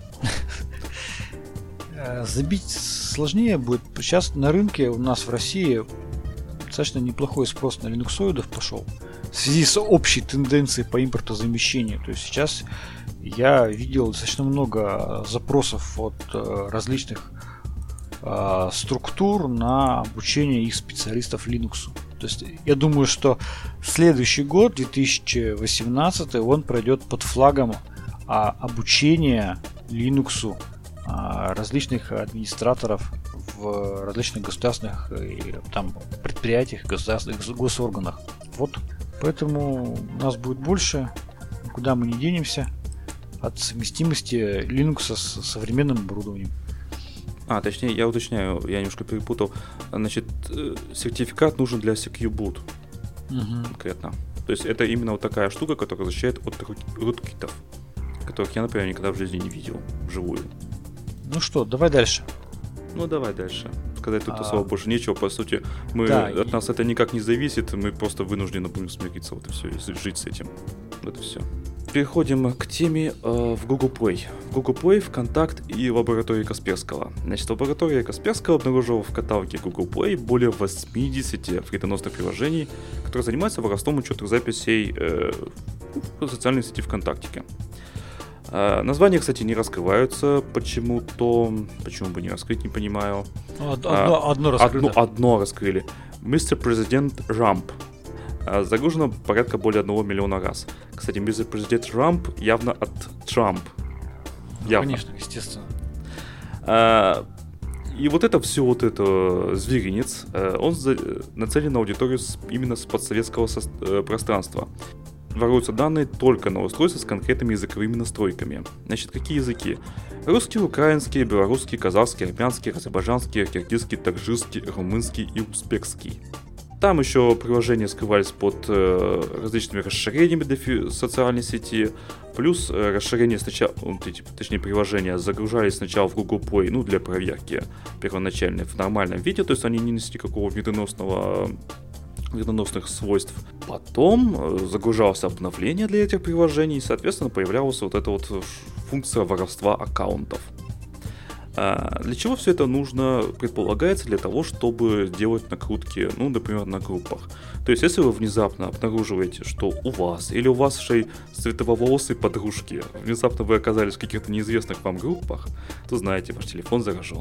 Забить сложнее будет. Сейчас на рынке у нас в России достаточно неплохой спрос на линуксоидов пошел в связи с общей тенденцией по импортозамещению. То есть сейчас я видел достаточно много запросов от э, различных э, структур на обучение их специалистов Linux. То есть я думаю, что следующий год, две тысячи восемнадцатый, он пройдет под флагом а, обучения Linux а, различных администраторов в различных государственных и, там, предприятиях, государственных госорганах. Вот. Поэтому у нас будет больше, никуда мы не денемся от совместимости Linux с современным оборудованием. А, точнее, я уточняю, я немножко перепутал. Значит, сертификат нужен для Secure Boot. Угу. Конкретно. То есть это именно вот такая штука, которая защищает от руткитов, которых я, например, никогда в жизни не видел вживую. Ну что, давай дальше. Ну, давай дальше. Сказать тут а... особо больше нечего. По сути, мы, да, от и... нас это никак не зависит, мы просто вынуждены будем смириться, вот и все, и жить с этим. Вот и все. Переходим к теме э, в Google Play. В Google Play, ВКонтакт и лаборатория Касперского. Значит, лаборатория Касперского обнаружила в каталоге Google Play более восемьдесят вредоносных приложений, которые занимаются воровством учетных записей э, в социальной сети ВКонтакте. Э, названия, кстати, не раскрываются почему-то. Почему бы не раскрыть, не понимаю. Одно, а, одно раскрыто. Одно, одно раскрыли. мистер Президент Рамп. Загружено порядка более одного миллиона раз. Кстати, мистер Президент Рамп явно от Трамп. Ну, конечно, естественно. А, и вот это все, вот это зверинец, он за, нацелен на аудиторию с, именно с подсоветского со, пространства. Воруются данные только на устройства с конкретными языковыми настройками. Значит, какие языки? Русский, украинский, белорусский, казахский, армянский, азербайджанский, киргизский, таджикский, румынский и узбекский. Там еще приложения скрывались под э, различными расширениями для фи- социальной сети, плюс э, расширения сначала, точнее приложения загружались сначала в Google Play, ну для проверки первоначальной в нормальном виде, то есть они не несли никакого вредоносного, вредоносных свойств. Потом э, загружалось обновление для этих приложений, и, соответственно, появлялась вот эта вот функция воровства аккаунтов. Для чего все это нужно, предполагается, для того, чтобы делать накрутки, ну, например, на группах. То есть, если вы внезапно обнаруживаете, что у вас или у вашей светловолосой подружки внезапно вы оказались в каких-то неизвестных вам группах, то знаете, ваш телефон заражен.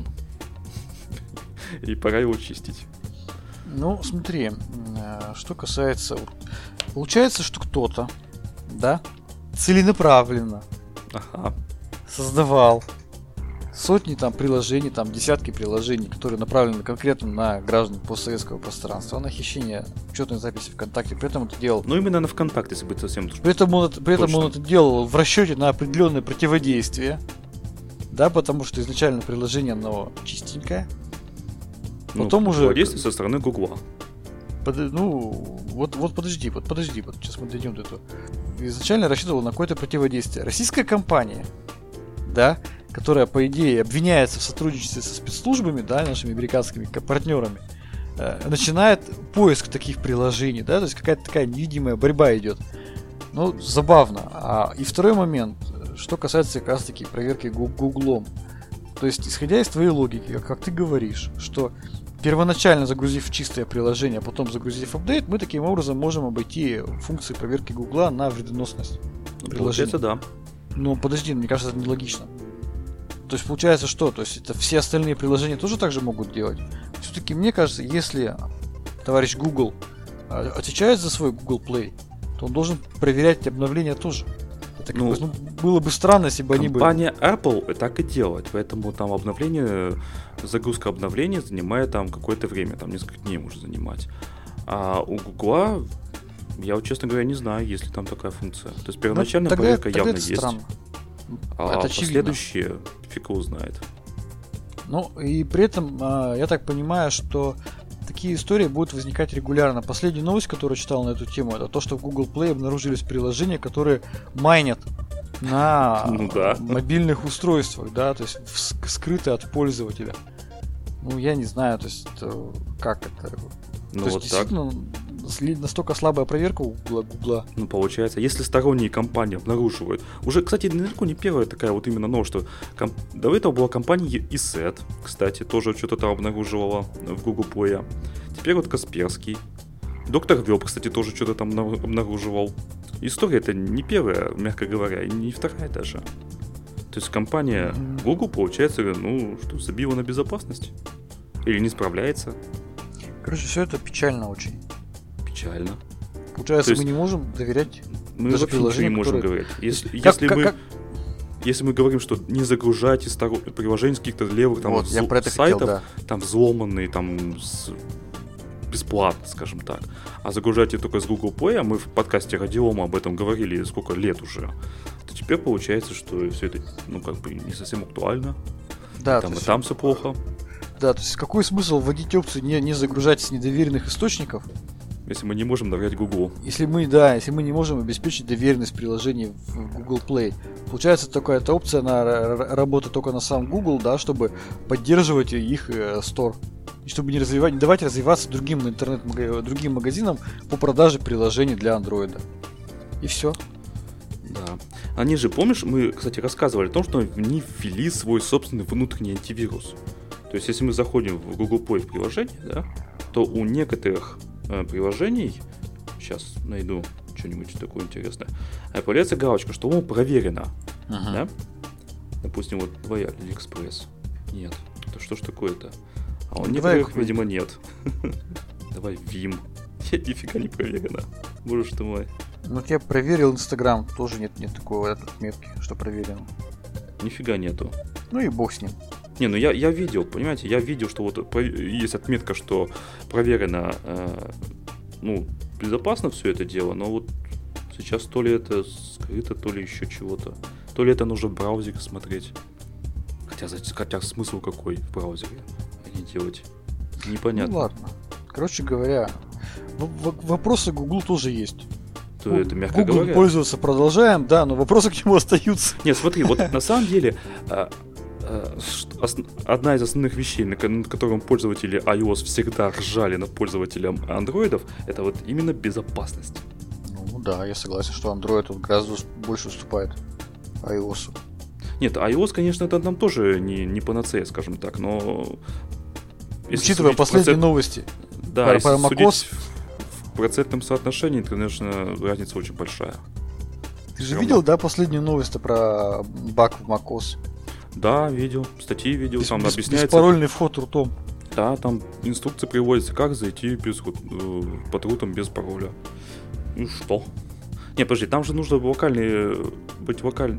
И пора его чистить. Ну, смотри, что касается... Получается, что кто-то, да, целенаправленно ага. создавал сотни там приложений, там десятки приложений, которые направлены конкретно на граждан постсоветского пространства, на хищение учетной записи ВКонтакте. При этом это делал... Ну, именно на ВКонтакте, если быть совсем... При этом он, при этом он это делал в расчете на определенное противодействие, да, потому что изначально приложение, оно чистенькое. Потом ну, уже... Противодействие со стороны Гугла. Под, ну, вот, вот подожди, вот подожди, вот сейчас мы дойдем до этого. Изначально рассчитывал на какое-то противодействие. Российская компания, да, которая, по идее, обвиняется в сотрудничестве со спецслужбами, да, нашими американскими партнерами, э, начинает поиск таких приложений, да, то есть какая-то такая невидимая борьба идет. Ну, забавно. А, и второй момент, что касается как раз-таки проверки Гуглом. То есть, исходя из твоей логики, как, как ты говоришь, что первоначально загрузив чистое приложение, а потом загрузив апдейт, мы таким образом можем обойти функции проверки Гугла на вредоносность приложения. Получается, да. Но подожди, мне кажется, это нелогично. То есть получается что? То есть это все остальные приложения тоже так же могут делать? Все-таки мне кажется, если товарищ Google отвечает за свой Google Play, то он должен проверять обновления тоже. Это как ну, бы, ну, было бы странно, если бы они были... Компания Apple так и делает, поэтому там обновление, загрузка обновления занимает там какое-то время, там несколько дней может занимать. А у Google Я вот, честно говоря, не знаю, есть ли там такая функция. То есть первоначальная тогда, проверка тогда явно это есть. Странно. А это последующие фиг его знает. Ну, и при этом, я так понимаю, что такие истории будут возникать регулярно. Последняя новость, которую я читал на эту тему, это то, что в Google Play обнаружились приложения, которые майнят на ну, да. мобильных устройствах, да, то есть скрыты от пользователя. Ну, я не знаю, то есть как это. Ну, то вот есть, так. действительно, настолько слабая проверка у Гугла. Ну, получается, если сторонние компании обнаруживают... Уже, кстати, наверняка не первая такая вот именно новость, что комп... до этого была компания и сет, кстати, тоже что-то там обнаруживала в Google Play. Теперь вот Касперский. Доктор Веб, кстати, тоже что-то там обнаруживал. История это не первая, мягко говоря, и не вторая даже. То есть компания Google, получается, ну, что, забила на безопасность? Или не справляется? Короче, все это печально очень. Печально. Получается, есть, мы не можем доверять мы даже вообще ничего не можем которые... говорить. Если, как, если, как, мы, как... если мы говорим, что не загружайте старо... приложения с каких-то левых там, вот, взл... сайтов, хотел, да. там взломанные, там с... бесплатно, скажем так. А загружайте только с Google Play, а мы в подкасте Радиома об этом говорили сколько лет уже, то теперь получается, что все это, ну, как бы не совсем актуально. Да, и там, и там все плохо. Да, то есть какой смысл вводить опцию не, не загружать с недоверенных источников? Если мы не можем доверять Google. Если мы, да, если мы не можем обеспечить доверенность приложений в Google Play. Получается, такая эта опция, она работает только на сам Google, да, чтобы поддерживать их э, Store. И чтобы не, развивать, не давать развиваться другим интернет другим магазинам по продаже приложений для Android. И все. Да. Они же, помнишь, мы, кстати, рассказывали о том, что они ввели свой собственный внутренний антивирус. То есть, если мы заходим в Google Play в приложение, да, то у некоторых э, приложений, сейчас найду что-нибудь такое интересное, появляется галочка, что оно проверено. Uh-huh. Да? Допустим, вот твоя AliExpress. Нет. Это что ж такое-то? А у некоторых, видимо, нет. Давай Vim. Нифига не проверено. Боже ты мой. Ну, я проверил Instagram, тоже нет, нет такой отметки, что проверено. Нифига нету. Ну и бог с ним. Не, ну я, я видел, понимаете, я видел, что вот есть отметка, что проверено, э, ну, безопасно все это дело, но вот сейчас то ли это скрыто, то ли еще чего-то. То ли это нужно в браузере смотреть. Хотя, хотя смысл какой в браузере не делать? Непонятно. Ну ладно. Короче говоря, вопросы Google тоже есть. То это, мягко Google говоря. Пользоваться продолжаем, да, но вопросы к нему остаются. Нет, смотри, вот на самом деле одна из основных вещей, над которым пользователи iOS всегда ржали над пользователем андроидов, это вот именно безопасность. Ну да, я согласен, что Android тут гораздо больше уступает iOS. Нет, iOS, конечно, это нам тоже не, не панацея, скажем так, но... Учитывая последние процент... новости да, про, если про macOS... в процентном соотношении, то, конечно, разница очень большая. Ты же видел, да, последнюю новость про баг в macOS? Да, видел, статьи видел, Без, там без, объясняется... Беспарольный вход рутом. Да, там инструкции приводятся, как зайти без, э, под рутом без пароля. Ну что? Не, подожди, там же нужно вокальный, быть вокальным.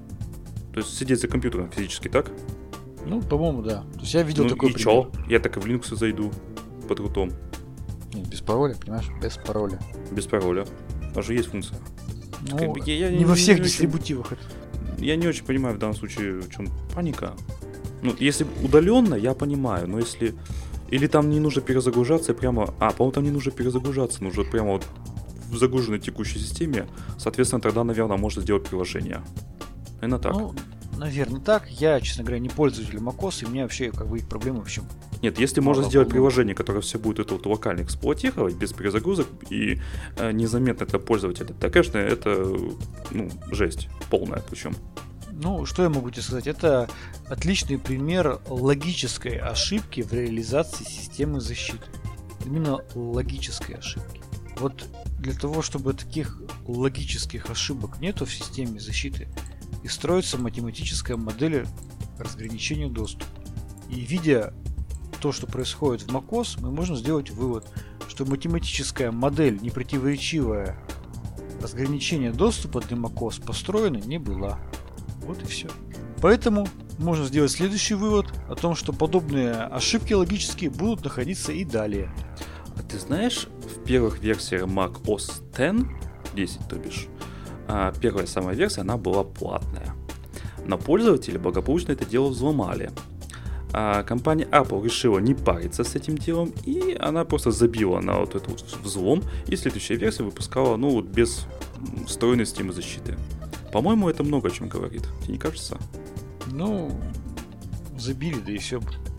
То есть сидеть за компьютером физически, так? Ну, по-моему, да. То есть я видел ну, такой и пример. чё? Я так и в Linux зайду под рутом. Нет, без пароля, понимаешь? Без пароля. Без пароля. Даже есть функция. Ну, как бы, я, я не, не во всех не дистрибутивах. Очень, я не очень понимаю в данном случае, в чем паника. Ну, если удаленно, я понимаю, но если... Или там не нужно перезагружаться прямо... А, по-моему, там не нужно перезагружаться, нужно прямо вот в загруженной текущей системе. Соответственно, тогда, наверное, можно сделать приложение. Именно так. Ну, наверное, так. Я, честно говоря, не пользователь macOS, и мне вообще как бы их проблемы в чем. Нет, если Мало можно сделать было. приложение, которое все будет это вот локально эксплуатировать, без перезагрузок и э, незаметно для пользователя, то, конечно, это, ну, жесть полная причем. Ну, что я могу тебе сказать? Это отличный пример логической ошибки в реализации системы защиты. Именно логической ошибки. Вот для того, чтобы таких логических ошибок нету в системе защиты, и строится математическая модель разграничения доступа. И видя то, что происходит в macOS, мы можем сделать вывод, что математическая модель, непротиворечивая разграничения доступа для macOS построена не была. Вот и все. Поэтому можно сделать следующий вывод о том, что подобные ошибки логические будут находиться и далее. А ты знаешь, первых версиях macOS десять, десять то бишь, первая самая версия, она была платная. Но пользователи благополучно это дело взломали. А компания Apple решила не париться с этим делом, и она просто забила на вот этот вот взлом, и следующая версия выпускала, ну, вот без встроенной Steam защиты. По-моему, это много о чем говорит. Тебе не кажется? Ну, забили, да и все.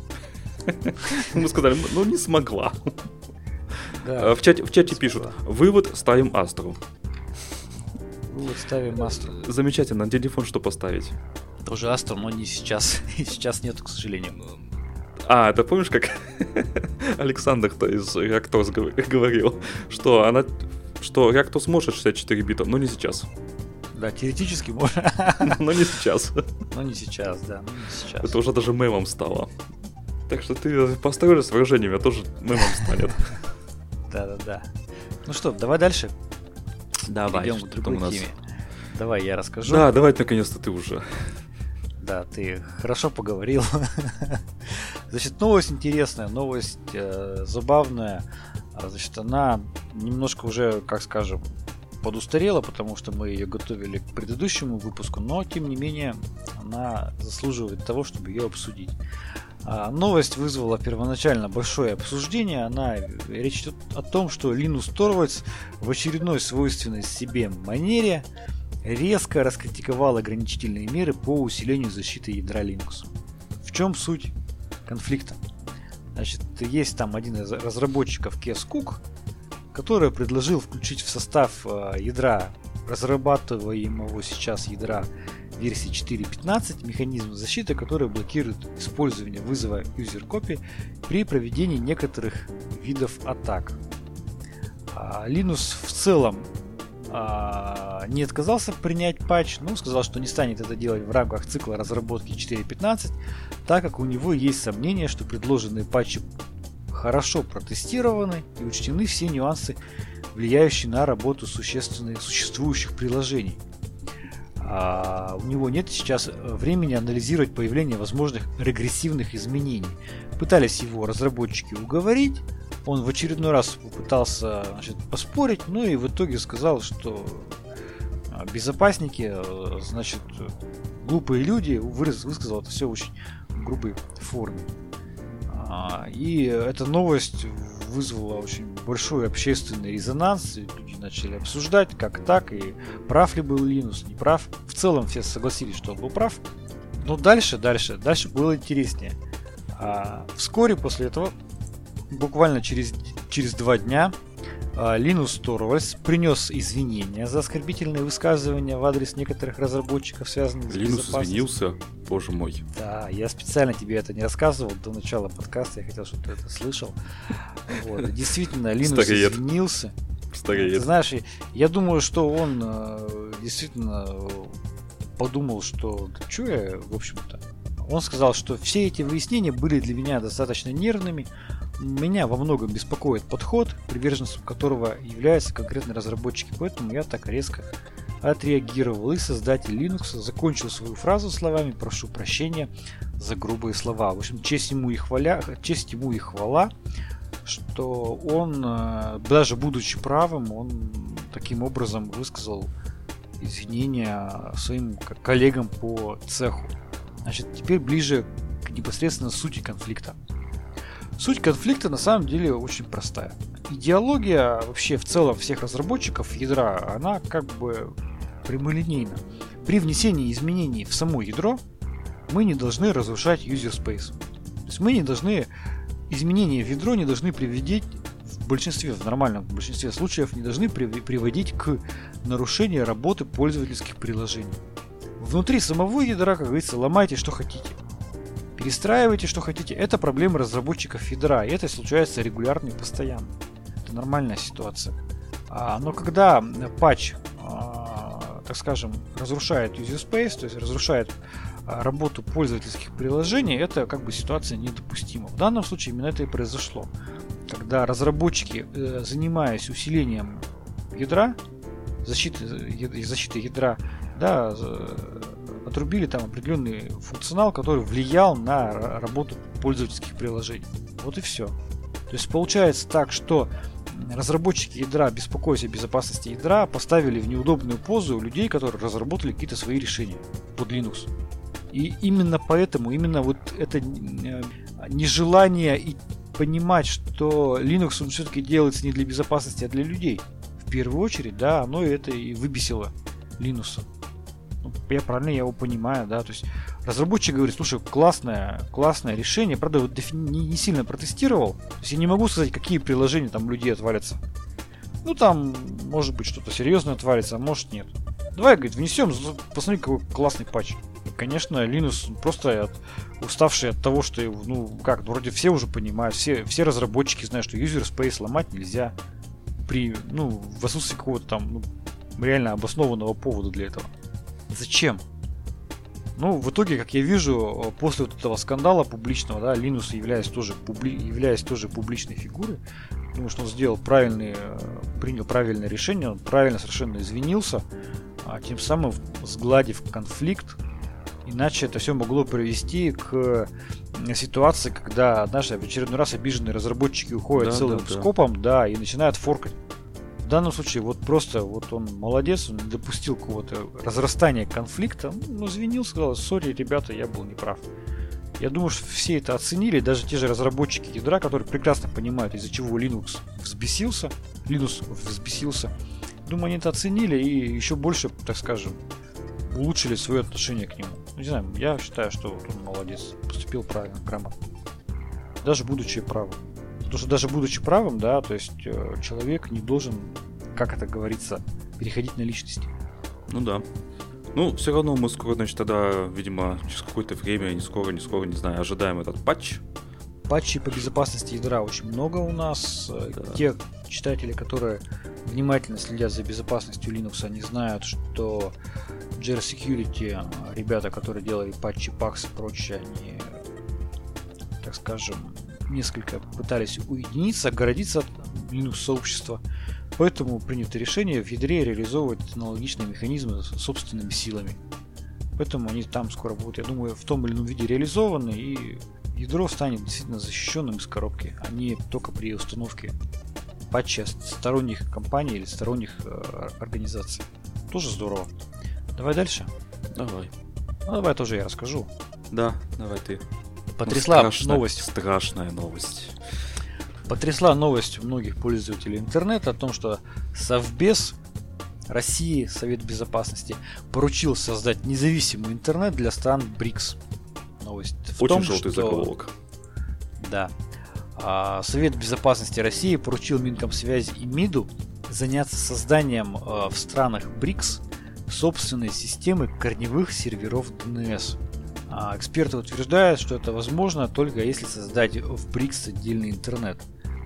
Мы сказали, ну, не смогла. Да, в чате, в чате пишут, вывод ставим Астру. Вывод ставим Астру. Замечательно, на телефон что поставить? Тоже Астру, но не сейчас. Сейчас нету, к сожалению. А, ты помнишь, как Александр кто из Reactos говорил, что она, что Reactos может шестьдесят четыре бита, но не сейчас. Да, теоретически можно. Но не сейчас. Но не сейчас, да, но не сейчас. Это уже даже мемом стало. Так что ты построишь с выражениями, а тоже мемом станет. Да-да-да. Ну что, давай дальше. Давай, перейдем к другой нас... теме. Давай я расскажу. Да, давай наконец-то ты уже. Да, ты хорошо поговорил. Значит, новость интересная, новость э, забавная. Значит, она немножко уже, как скажем, подустарела, потому что мы ее готовили к предыдущему выпуску, но, тем не менее, она заслуживает того, чтобы ее обсудить. А, новость вызвала первоначально большое обсуждение. Она речь идет о том, что Linus Torvalds в очередной свойственной себе манере резко раскритиковал ограничительные меры по усилению защиты ядра Linux. В чем суть конфликта? Значит, есть там один из разработчиков Кес Кук, который предложил включить в состав ядра, разрабатываемого сейчас ядра версии четыре точка пятнадцать, механизм защиты, который блокирует использование вызова user-copy при проведении некоторых видов атак. Linus в целом не отказался принять патч, но сказал, что не станет это делать в рамках цикла разработки четыре точка пятнадцать, так как у него есть сомнение, что предложенные патчи хорошо протестированы и учтены все нюансы, влияющие на работу существующих приложений. А у него нет сейчас времени анализировать появление возможных регрессивных изменений. Пытались его разработчики уговорить, он в очередной раз попытался, значит, поспорить, ну и в итоге сказал, что безопасники, значит, глупые люди, высказал это все в очень грубой форме. И эта новость вызвала очень большой общественный резонанс. Люди начали обсуждать, как так, и прав ли был Linus, не прав. В целом все согласились, что он был прав. Но дальше, дальше, дальше было интереснее. А вскоре после этого, буквально через, через два дня, Linus Torvalds принес извинения за оскорбительные высказывания в адрес некоторых разработчиков, связанных с безопасностью. Linus извинился, боже мой. Да, я специально тебе это не рассказывал до начала подкаста, я хотел, чтобы ты это слышал. Вот. Действительно, Linus Стареет. извинился. Стареет. Ты знаешь, я думаю, что он действительно подумал, что да что я, в общем-то. Он сказал, что все эти выяснения были для меня достаточно нервными. Меня во многом беспокоит подход, приверженцем которого являются конкретные разработчики, поэтому я так резко отреагировал. И создатель Linux закончил свою фразу словами «прошу прощения за грубые слова». В общем, честь ему и хваля, честь ему и хвала, что он, даже будучи правым, он таким образом высказал извинения своим коллегам по цеху. Значит, теперь ближе к непосредственно сути конфликта. Суть конфликта на самом деле очень простая. Идеология вообще в целом всех разработчиков ядра, она как бы прямолинейна. При внесении изменений в само ядро мы не должны разрушать user space. То есть мы не должны, изменения в ядро не должны приводить, в большинстве, в нормальном в большинстве случаев, не должны приводить к нарушению работы пользовательских приложений. Внутри самого ядра, как говорится, ломайте что хотите. Перестраивайте, что хотите. Это проблема разработчиков ядра, и это случается регулярно и постоянно. Это нормальная ситуация. А, но когда патч, а, так скажем, разрушает user space, то есть разрушает а, работу пользовательских приложений, это как бы ситуация недопустима. В данном случае именно это и произошло. Когда разработчики, э, занимаясь усилением ядра, защиты, защиты ядра, да, отрубили там определенный функционал, который влиял на работу пользовательских приложений. Вот и все. То есть получается так, что разработчики ядра, беспокоясь о безопасности ядра, поставили в неудобную позу людей, которые разработали какие-то свои решения под Linux. И именно поэтому, именно вот это нежелание и понимать, что Linux он все-таки делается не для безопасности, а для людей. В первую очередь, да, оно это и выбесило Linux. Ну, я правильно я его понимаю, да, то есть разработчик говорит, слушай, классное, классное решение, правда, вот не, не сильно протестировал, то есть я не могу сказать, какие приложения там людей отвалятся. Ну, там, может быть, что-то серьезное отвалится, а может нет. Давай, говорит, внесем, посмотри, какой классный патч. И, конечно, Linux просто от, уставший от того, что, ну, как, вроде все уже понимают, все, все разработчики знают, что user space ломать нельзя при, ну, в отсутствии какого-то там, ну, реально обоснованного повода для этого. Зачем? Ну, в итоге, как я вижу, после вот этого скандала публичного, да, Linus, являясь тоже, публи... являясь тоже публичной фигурой, потому что он сделал правильный, принял правильное решение, он правильно совершенно извинился, а тем самым сгладив конфликт, иначе это все могло привести к ситуации, когда однажды в очередной раз обиженные разработчики уходят да, целым да, скопом, да. да, и начинают форкать. В данном случае вот просто вот он молодец, он не допустил какого-то разрастания конфликта, ну, извинил, сказал, сори, ребята, я был неправ. Я думаю, что все это оценили, даже те же разработчики ядра, которые прекрасно понимают, из-за чего Linux взбесился, Linux взбесился. Думаю, они это оценили и еще больше, так скажем, улучшили свое отношение к нему. Ну, не знаю, я считаю, что вот он молодец, поступил правильно, грамотно. Даже будучи правым. Потому что даже будучи правым, да, то есть э, человек не должен, как это говорится, переходить на личности. Ну да. Ну, все равно мы скоро, значит, тогда, видимо, через какое-то время, не скоро, не скоро, не знаю, ожидаем этот патч. Патчей по безопасности ядра очень много у нас. Да. Те читатели, которые внимательно следят за безопасностью Linux, они знают, что джей ар Security, ребята, которые делали патчи пакс и прочее, они, так скажем, несколько пытались уединиться, огородиться от Linux-сообщества. Поэтому принято решение в ядре реализовывать аналогичные механизмы собственными силами. Поэтому они там скоро будут, я думаю, в том или ином виде реализованы, и ядро станет действительно защищенным из коробки, а не только при установке патча сторонних компаний или сторонних э, организаций. Тоже здорово. Давай дальше? Давай. Ну, давай тоже я расскажу. Да, давай ты. Потрясла ну, страшная, новость. Страшная новость. Потрясла новость у многих пользователей интернета о том, что Совбез России, Совет Безопасности, поручил создать независимый интернет для стран БРИКС. Новость в Очень том, желтый что... заголовок. Да. А, Совет Безопасности России поручил Минкомсвязи и МИДу заняться созданием а, в странах БРИКС собственной системы корневых серверов ди эн эс. А, эксперты утверждают, что это возможно только если создать в БРИКС отдельный интернет.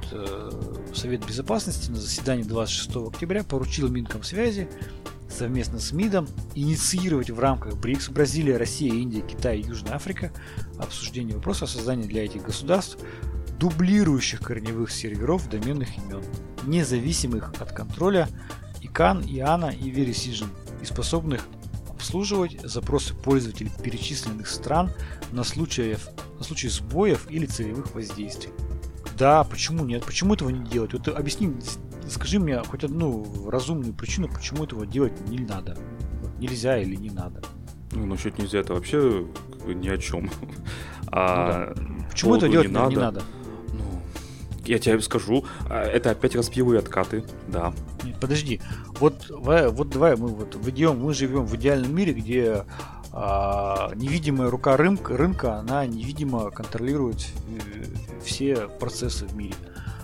Совет Безопасности на заседании двадцать шестого октября поручил Минкомсвязи совместно с МИДом инициировать в рамках БРИКС Бразилия, Россия, Индия, Китай и Южная Африка обсуждение вопроса о создании для этих государств дублирующих корневых серверов доменных имен, независимых от контроля ай кан, ИАНа и Verisign и способных обслуживать запросы пользователей перечисленных стран на случай, на случай сбоев или целевых воздействий. Да, почему нет? Почему этого не делать? Вот объясни, скажи мне хоть одну разумную причину, почему этого делать не надо. Нельзя или не надо. Ну, насчет нельзя, это вообще как бы ни о чем. А ну, да. Почему это делать не надо? не надо? Ну, я тебе скажу, это опять распиловые откаты, да. Нет, подожди. Вот, вот давай мы вот ведем, мы живем в идеальном мире, где а, невидимая рука рынка, рынка, она невидимо контролирует все процессы в мире.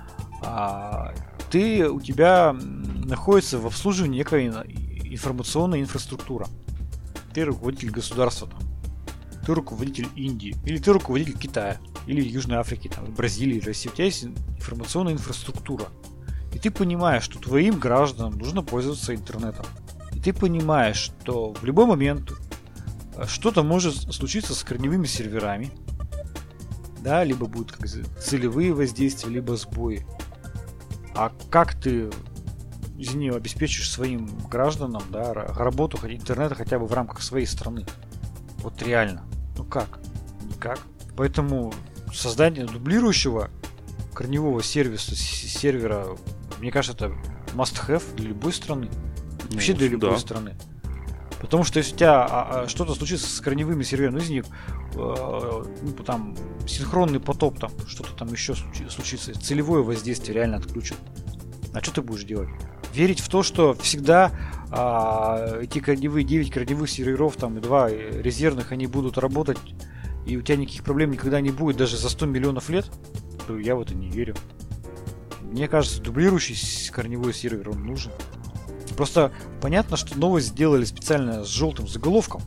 А, ты, у тебя находится в обслуживании некая информационная инфраструктура. Ты руководитель государства, там. Ты руководитель Индии, или ты руководитель Китая, или Южной Африки, там, Бразилии, России. У тебя есть информационная инфраструктура. И ты понимаешь, что твоим гражданам нужно пользоваться интернетом. И ты понимаешь, что в любой момент что-то может случиться с корневыми серверами. Да, либо будут как целевые воздействия, либо сбои. А как ты, извини, обеспечишь своим гражданам, да, работу интернета хотя бы в рамках своей страны? Вот реально. Ну как? Никак. Поэтому создание дублирующего корневого сервиса, сервера, мне кажется, это must-have для любой страны. Вообще Ну, для любой да. страны. Потому что если у тебя а, а, что-то случится с корневыми серверами, ну, из них э, ну, там синхронный потоп, там что-то там еще случи- случится, целевое воздействие реально отключат. А что ты будешь делать? Верить в то, что всегда а, эти корневые, девять корневых серверов там, и два резервных, они будут работать, и у тебя никаких проблем никогда не будет, даже за сто миллионов лет, то я в это не верю. Мне кажется, дублирующий с- корневой сервер, он нужен. Просто понятно, что новость сделали специально с желтым заголовком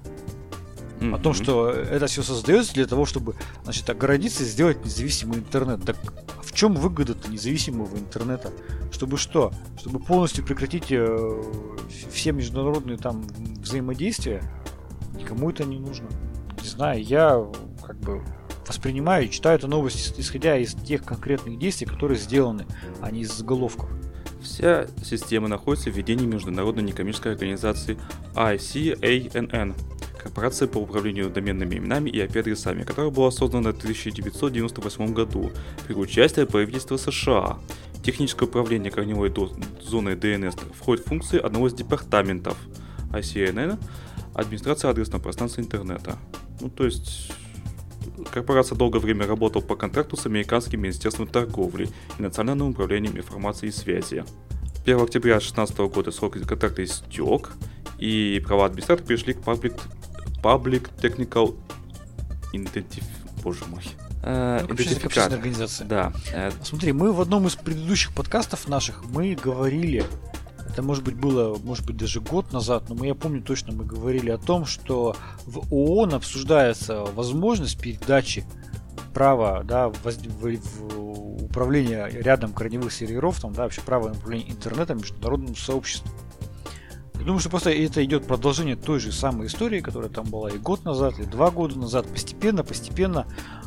о том, Мгм. что это все создается для того, чтобы, значит, огородиться и сделать независимый интернет. Так в чем выгода-то независимого интернета? Чтобы что? Чтобы полностью прекратить э, все международные там взаимодействия? Никому это не нужно. Не знаю, я как бы воспринимаю и читаю эту новость, исходя из тех конкретных действий, которые сделаны, а не из заголовков. Вся система находится в ведении международной некоммерческой организации ай си эй эн эн, корпорация по управлению доменными именами и ай пи-адресами, которая была создана в тысяча девятьсот девяносто восьмом году при участии правительства США. Техническое управление корневой до- зоной ди эн эс входит в функции одного из департаментов ай си эй эн эн, администрация адресного пространства интернета. Ну, то есть корпорация долгое время работала по контракту с американским министерством торговли и национальным управлением информации и связи. первого октября две тысячи шестнадцатого года срок контракта истек, и права администратора перешли к Public, Public Technical Identif... Боже мой. Э, Ну, общественная- общественная идентификатор. организация. Да. э, Смотри, мы в одном из предыдущих подкастов наших мы говорили, это может быть было, может быть даже год назад, но мы, я помню точно, мы говорили о том, что в ООН обсуждается возможность передачи права, да, воз- в, в управление рядом корневых серверов, там, да, вообще право на управление интернетом международному сообществу. Я думаю, что просто это идет продолжение той же самой истории, которая там была и год назад, и два года назад. Постепенно, постепенно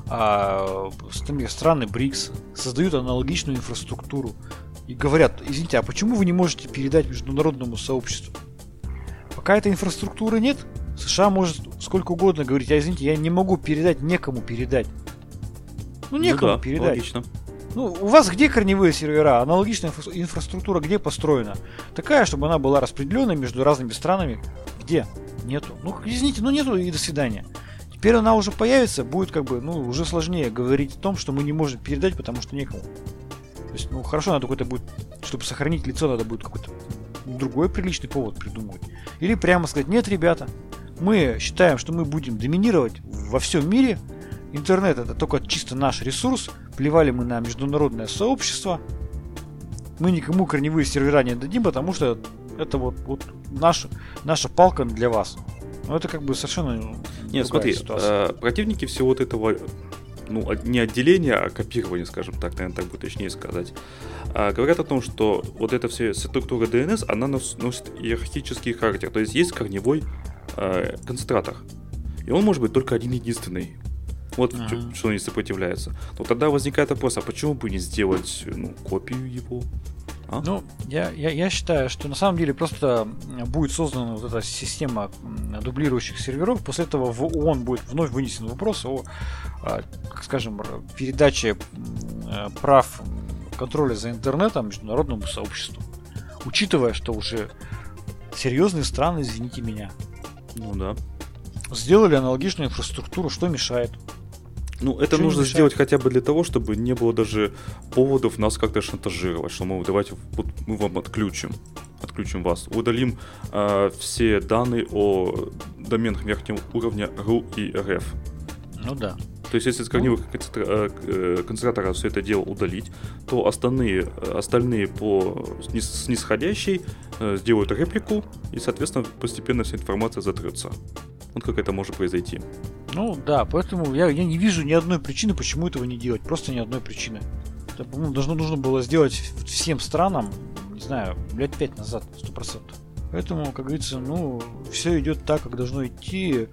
а, страны- страны БРИКС создают аналогичную инфраструктуру и говорят: извините, а почему вы не можете передать международному сообществу? Пока этой инфраструктуры нет, США может сколько угодно говорить: а извините, я не могу передать, некому передать. Ну, некому ну да, передать. логично. Ну, у вас где корневые сервера? Аналогичная инфра- инфраструктура где построена? Такая, чтобы она была распределенной между разными странами. Где? Нету. Ну, извините, ну нету, и до свидания. Теперь она уже появится, будет как бы, ну, уже сложнее говорить о том, что мы не можем передать, потому что некому. То есть, ну, хорошо, надо какой-то будет, чтобы сохранить лицо, надо будет какой-то другой приличный повод придумывать. Или прямо сказать: нет, ребята, мы считаем, что мы будем доминировать во всем мире. Интернет — это только чисто наш ресурс. Плевали мы на международное сообщество. Мы никому корневые сервера не дадим, потому что это вот, вот наша, наша палка для вас. Но это как бы совершенно Нет, другая смотри, ситуация. э, противники всего вот этого, ну, от- не отделения, а копирования, скажем так, наверное, так будет точнее сказать, а, говорят о том, что вот эта вся структура ди эн эс, она нос- носит иерархический характер. То есть есть корневой э, концентратор. И он может быть только один единственный. Вот Ага. чё- что они сопротивляются. Но тогда возникает вопрос: а почему бы не сделать, ну, копию его? А? Ну, я, я, я считаю, что на самом деле просто будет создана вот эта система м, дублирующих серверов. После этого в ООН будет вновь вынесен вопрос о, а, как скажем, р- передаче м, э, прав м, контроля за интернетом международному сообществу. Учитывая, что уже серьезные страны, извините меня, Ну да. сделали аналогичную инфраструктуру, что мешает? Ну, это Чё нужно мешает? сделать хотя бы для того, чтобы не было даже поводов нас как-то шантажировать, что, мол, давайте вот мы вам отключим, отключим вас, удалим э, все данные о доменах верхнего уровня ру и эр эф. Ну да. То есть, если с корневых концентра- э, э, концентраторов все это дело удалить, то остальные, э, остальные по снис- снисходящей э, сделают реплику, и, соответственно, постепенно вся информация затрется. Вот как это может произойти. Ну да, поэтому я, я не вижу ни одной причины, почему этого не делать. Просто ни одной причины. Это, по-моему, должно, нужно было сделать всем странам, не знаю, лет пять назад, сто процентов. Поэтому, как говорится, ну, все идет так, как должно идти.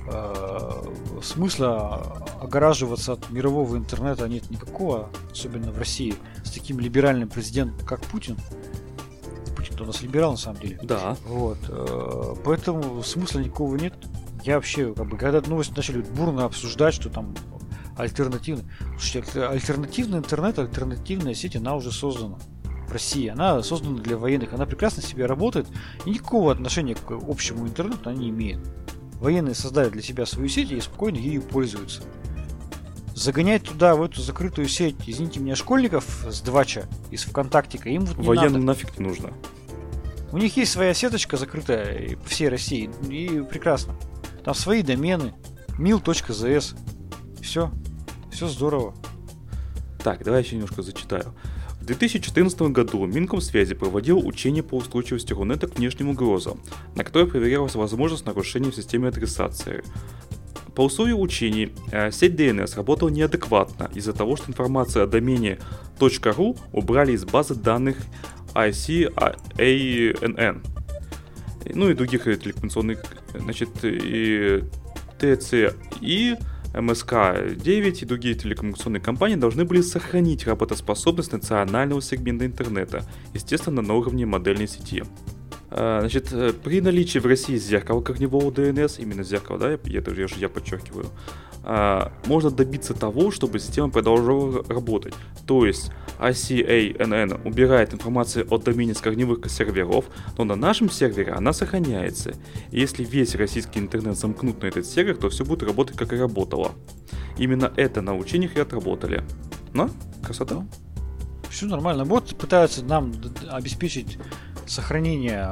Э, смысла огораживаться от мирового интернета нет никакого, особенно в России, с таким либеральным президентом, как Путин. Путин-то у нас либерал, на самом деле. Да. Вот, э, поэтому смысла никакого нет. Я вообще, как бы, когда эту новость начали бурно обсуждать, что там Альтернативный. Слушайте, альтернативный интернет, альтернативная сеть, она уже создана в России. Она создана для военных. Она прекрасно себе работает. И никакого отношения к общему интернету она не имеет. Военные создали для себя свою сеть и спокойно ею пользуются. Загонять туда, в эту закрытую сеть, извините меня, школьников с Двача, из ВКонтактика, им вот не Военным надо. нафиг не нужно. У них есть своя сеточка закрытая по всей России. И прекрасно. Там свои домены. мил точка зэ эс. Все. Все здорово. Так, давай еще немножко зачитаю. В две тысячи четырнадцатом году Минкомсвязи проводил учение по устойчивости Рунета к внешним угрозам, на которое проверялась возможность нарушений в системе адресации. По условию учений сеть ди эн эс работала неадекватно из-за того, что информацию о домене .ру убрали из базы данных ай си эй эн эн, ну и других телекоммуникационных, значит, и ти си и эм эс ка девять и другие телекоммуникационные компании должны были сохранить работоспособность национального сегмента интернета, естественно, на уровне модельной сети. Значит, при наличии в России зеркала корневого ди эн эс, именно зеркало, да, я, я, я подчеркиваю, можно добиться того, чтобы система продолжала работать. То есть ай си эй эн эн убирает информацию о домене с корневых серверов, но на нашем сервере она сохраняется. И если весь российский интернет замкнут на этот сервер, то все будет работать, как и работало. Именно это на учениях и отработали. Ну, красота. Все нормально. Вот пытаются нам обеспечить сохранение,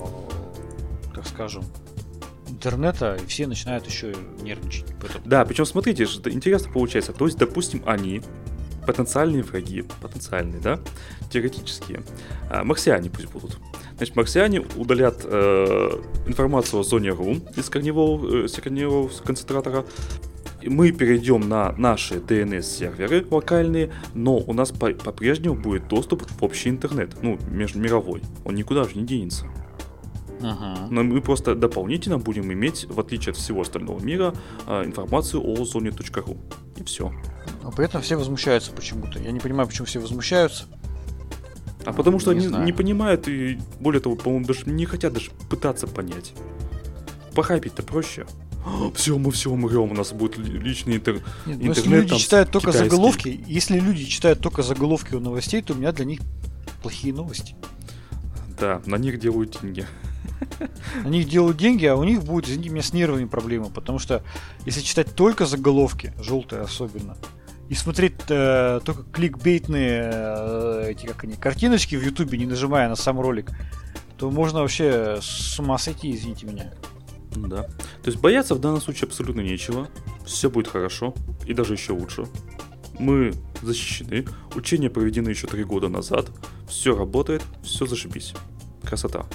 так скажем, интернета, и все начинают еще нервничать. Да, причем смотрите, что интересно получается. То есть, допустим, они, потенциальные враги, потенциальные, да, теоретические, марсиане пусть будут. Значит, марсиане удалят э, информацию о зоне ру из корневого, э, корневого концентратора. Мы перейдем на наши ди эн эс-серверы локальные, но у нас по- по-прежнему будет доступ в общий интернет, ну, межмировой. Он никуда же не денется. Ага. Но мы просто дополнительно будем иметь, в отличие от всего остального мира, информацию о зоне .ру. И все. Но при этом все возмущаются почему-то. Я не понимаю, почему все возмущаются. А потому что не они знаю. не понимают и, более того, по-моему, даже не хотят даже пытаться понять. Похайпить-то проще. Все, мы все умрем, у нас будет личный интер... Нет, интернет. если люди там читают только китайский. заголовки, если люди читают только заголовки у новостей, то у меня для них плохие новости. Да, на них делают деньги. На них делают деньги, а у них будет, извините меня, с нервами проблемы. Потому что если читать только заголовки, желтые особенно, и смотреть э, только кликбейтные э, эти, как они, картиночки в Ютубе, не нажимая на сам ролик, то можно вообще с ума сойти, извините меня. Да. То есть бояться в данном случае абсолютно нечего. Все будет хорошо. И даже еще лучше. Мы защищены. Учения проведены еще три года назад. Все работает. Все зашибись. Красота.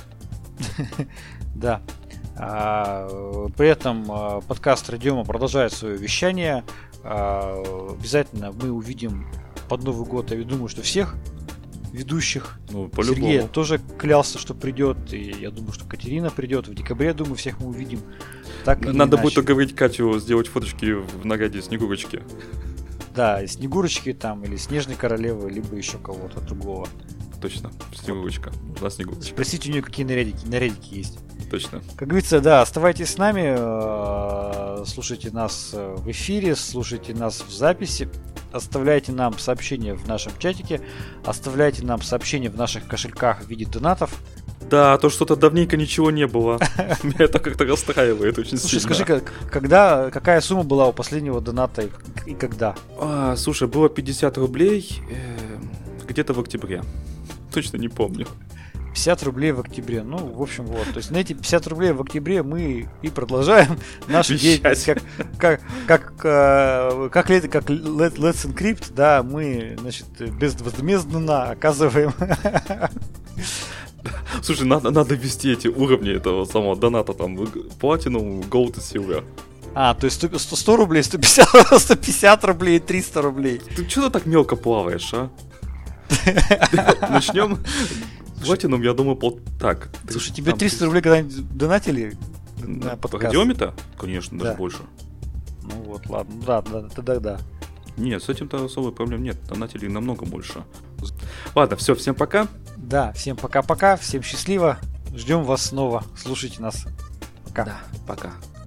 Да. При этом подкаст Радиома продолжает свое вещание. Обязательно мы увидим под Новый год, я думаю, что всех ведущих. Ну, по-любому. Сергей тоже клялся, что придет, и я думаю, что Катерина придет. В декабре, думаю, всех мы увидим. Так Надо будет уговорить Катю сделать фоточки в наряде Снегурочки. Да, Снегурочки там, или Снежной Королевы, либо еще кого-то другого. Точно, Снегурочка. Нужна Снегурочка. Спросите у нее, какие нарядики, нарядики есть. Точно. Как говорится, да, оставайтесь с нами, слушайте нас в эфире, слушайте нас в записи, оставляйте нам сообщения в нашем чатике, оставляйте нам сообщения в наших кошельках в виде донатов. Да, а то что-то давненько ничего не было. Меня это как-то расстраивает очень Слушай, сильно. скажи, когда, какая сумма была у последнего доната и, и когда? А, слушай, было пятьдесят рублей э, где-то в октябре. Точно не помню. пятьдесят рублей в октябре. Ну, в общем, вот. То есть на эти пятьдесят рублей в октябре мы и продолжаем нашу деятельность. Как, как, как, э, как, как, как Let's Encrypt, да, мы, значит, безвозмездно оказываем. Слушай, надо, надо ввести эти уровни этого самого доната, там, Platinum, Gold и Silver. А, то есть сто, сто рублей, сто пятьдесят, сто пятьдесят рублей, триста рублей. Ты что ты так мелко плаваешь, а? Начнем. Platinum, я думаю, пол... так. Слушай, тебе триста рублей когда-нибудь донатили? На радиоме-то? Конечно, даже да. больше. Ну вот, ладно, да, да, тогда да. Нет, с этим-то особой проблем нет. Донатили намного больше. Ладно, все, всем пока. Да, всем пока-пока, всем счастливо. Ждем вас снова. Слушайте нас. Пока. Да, пока.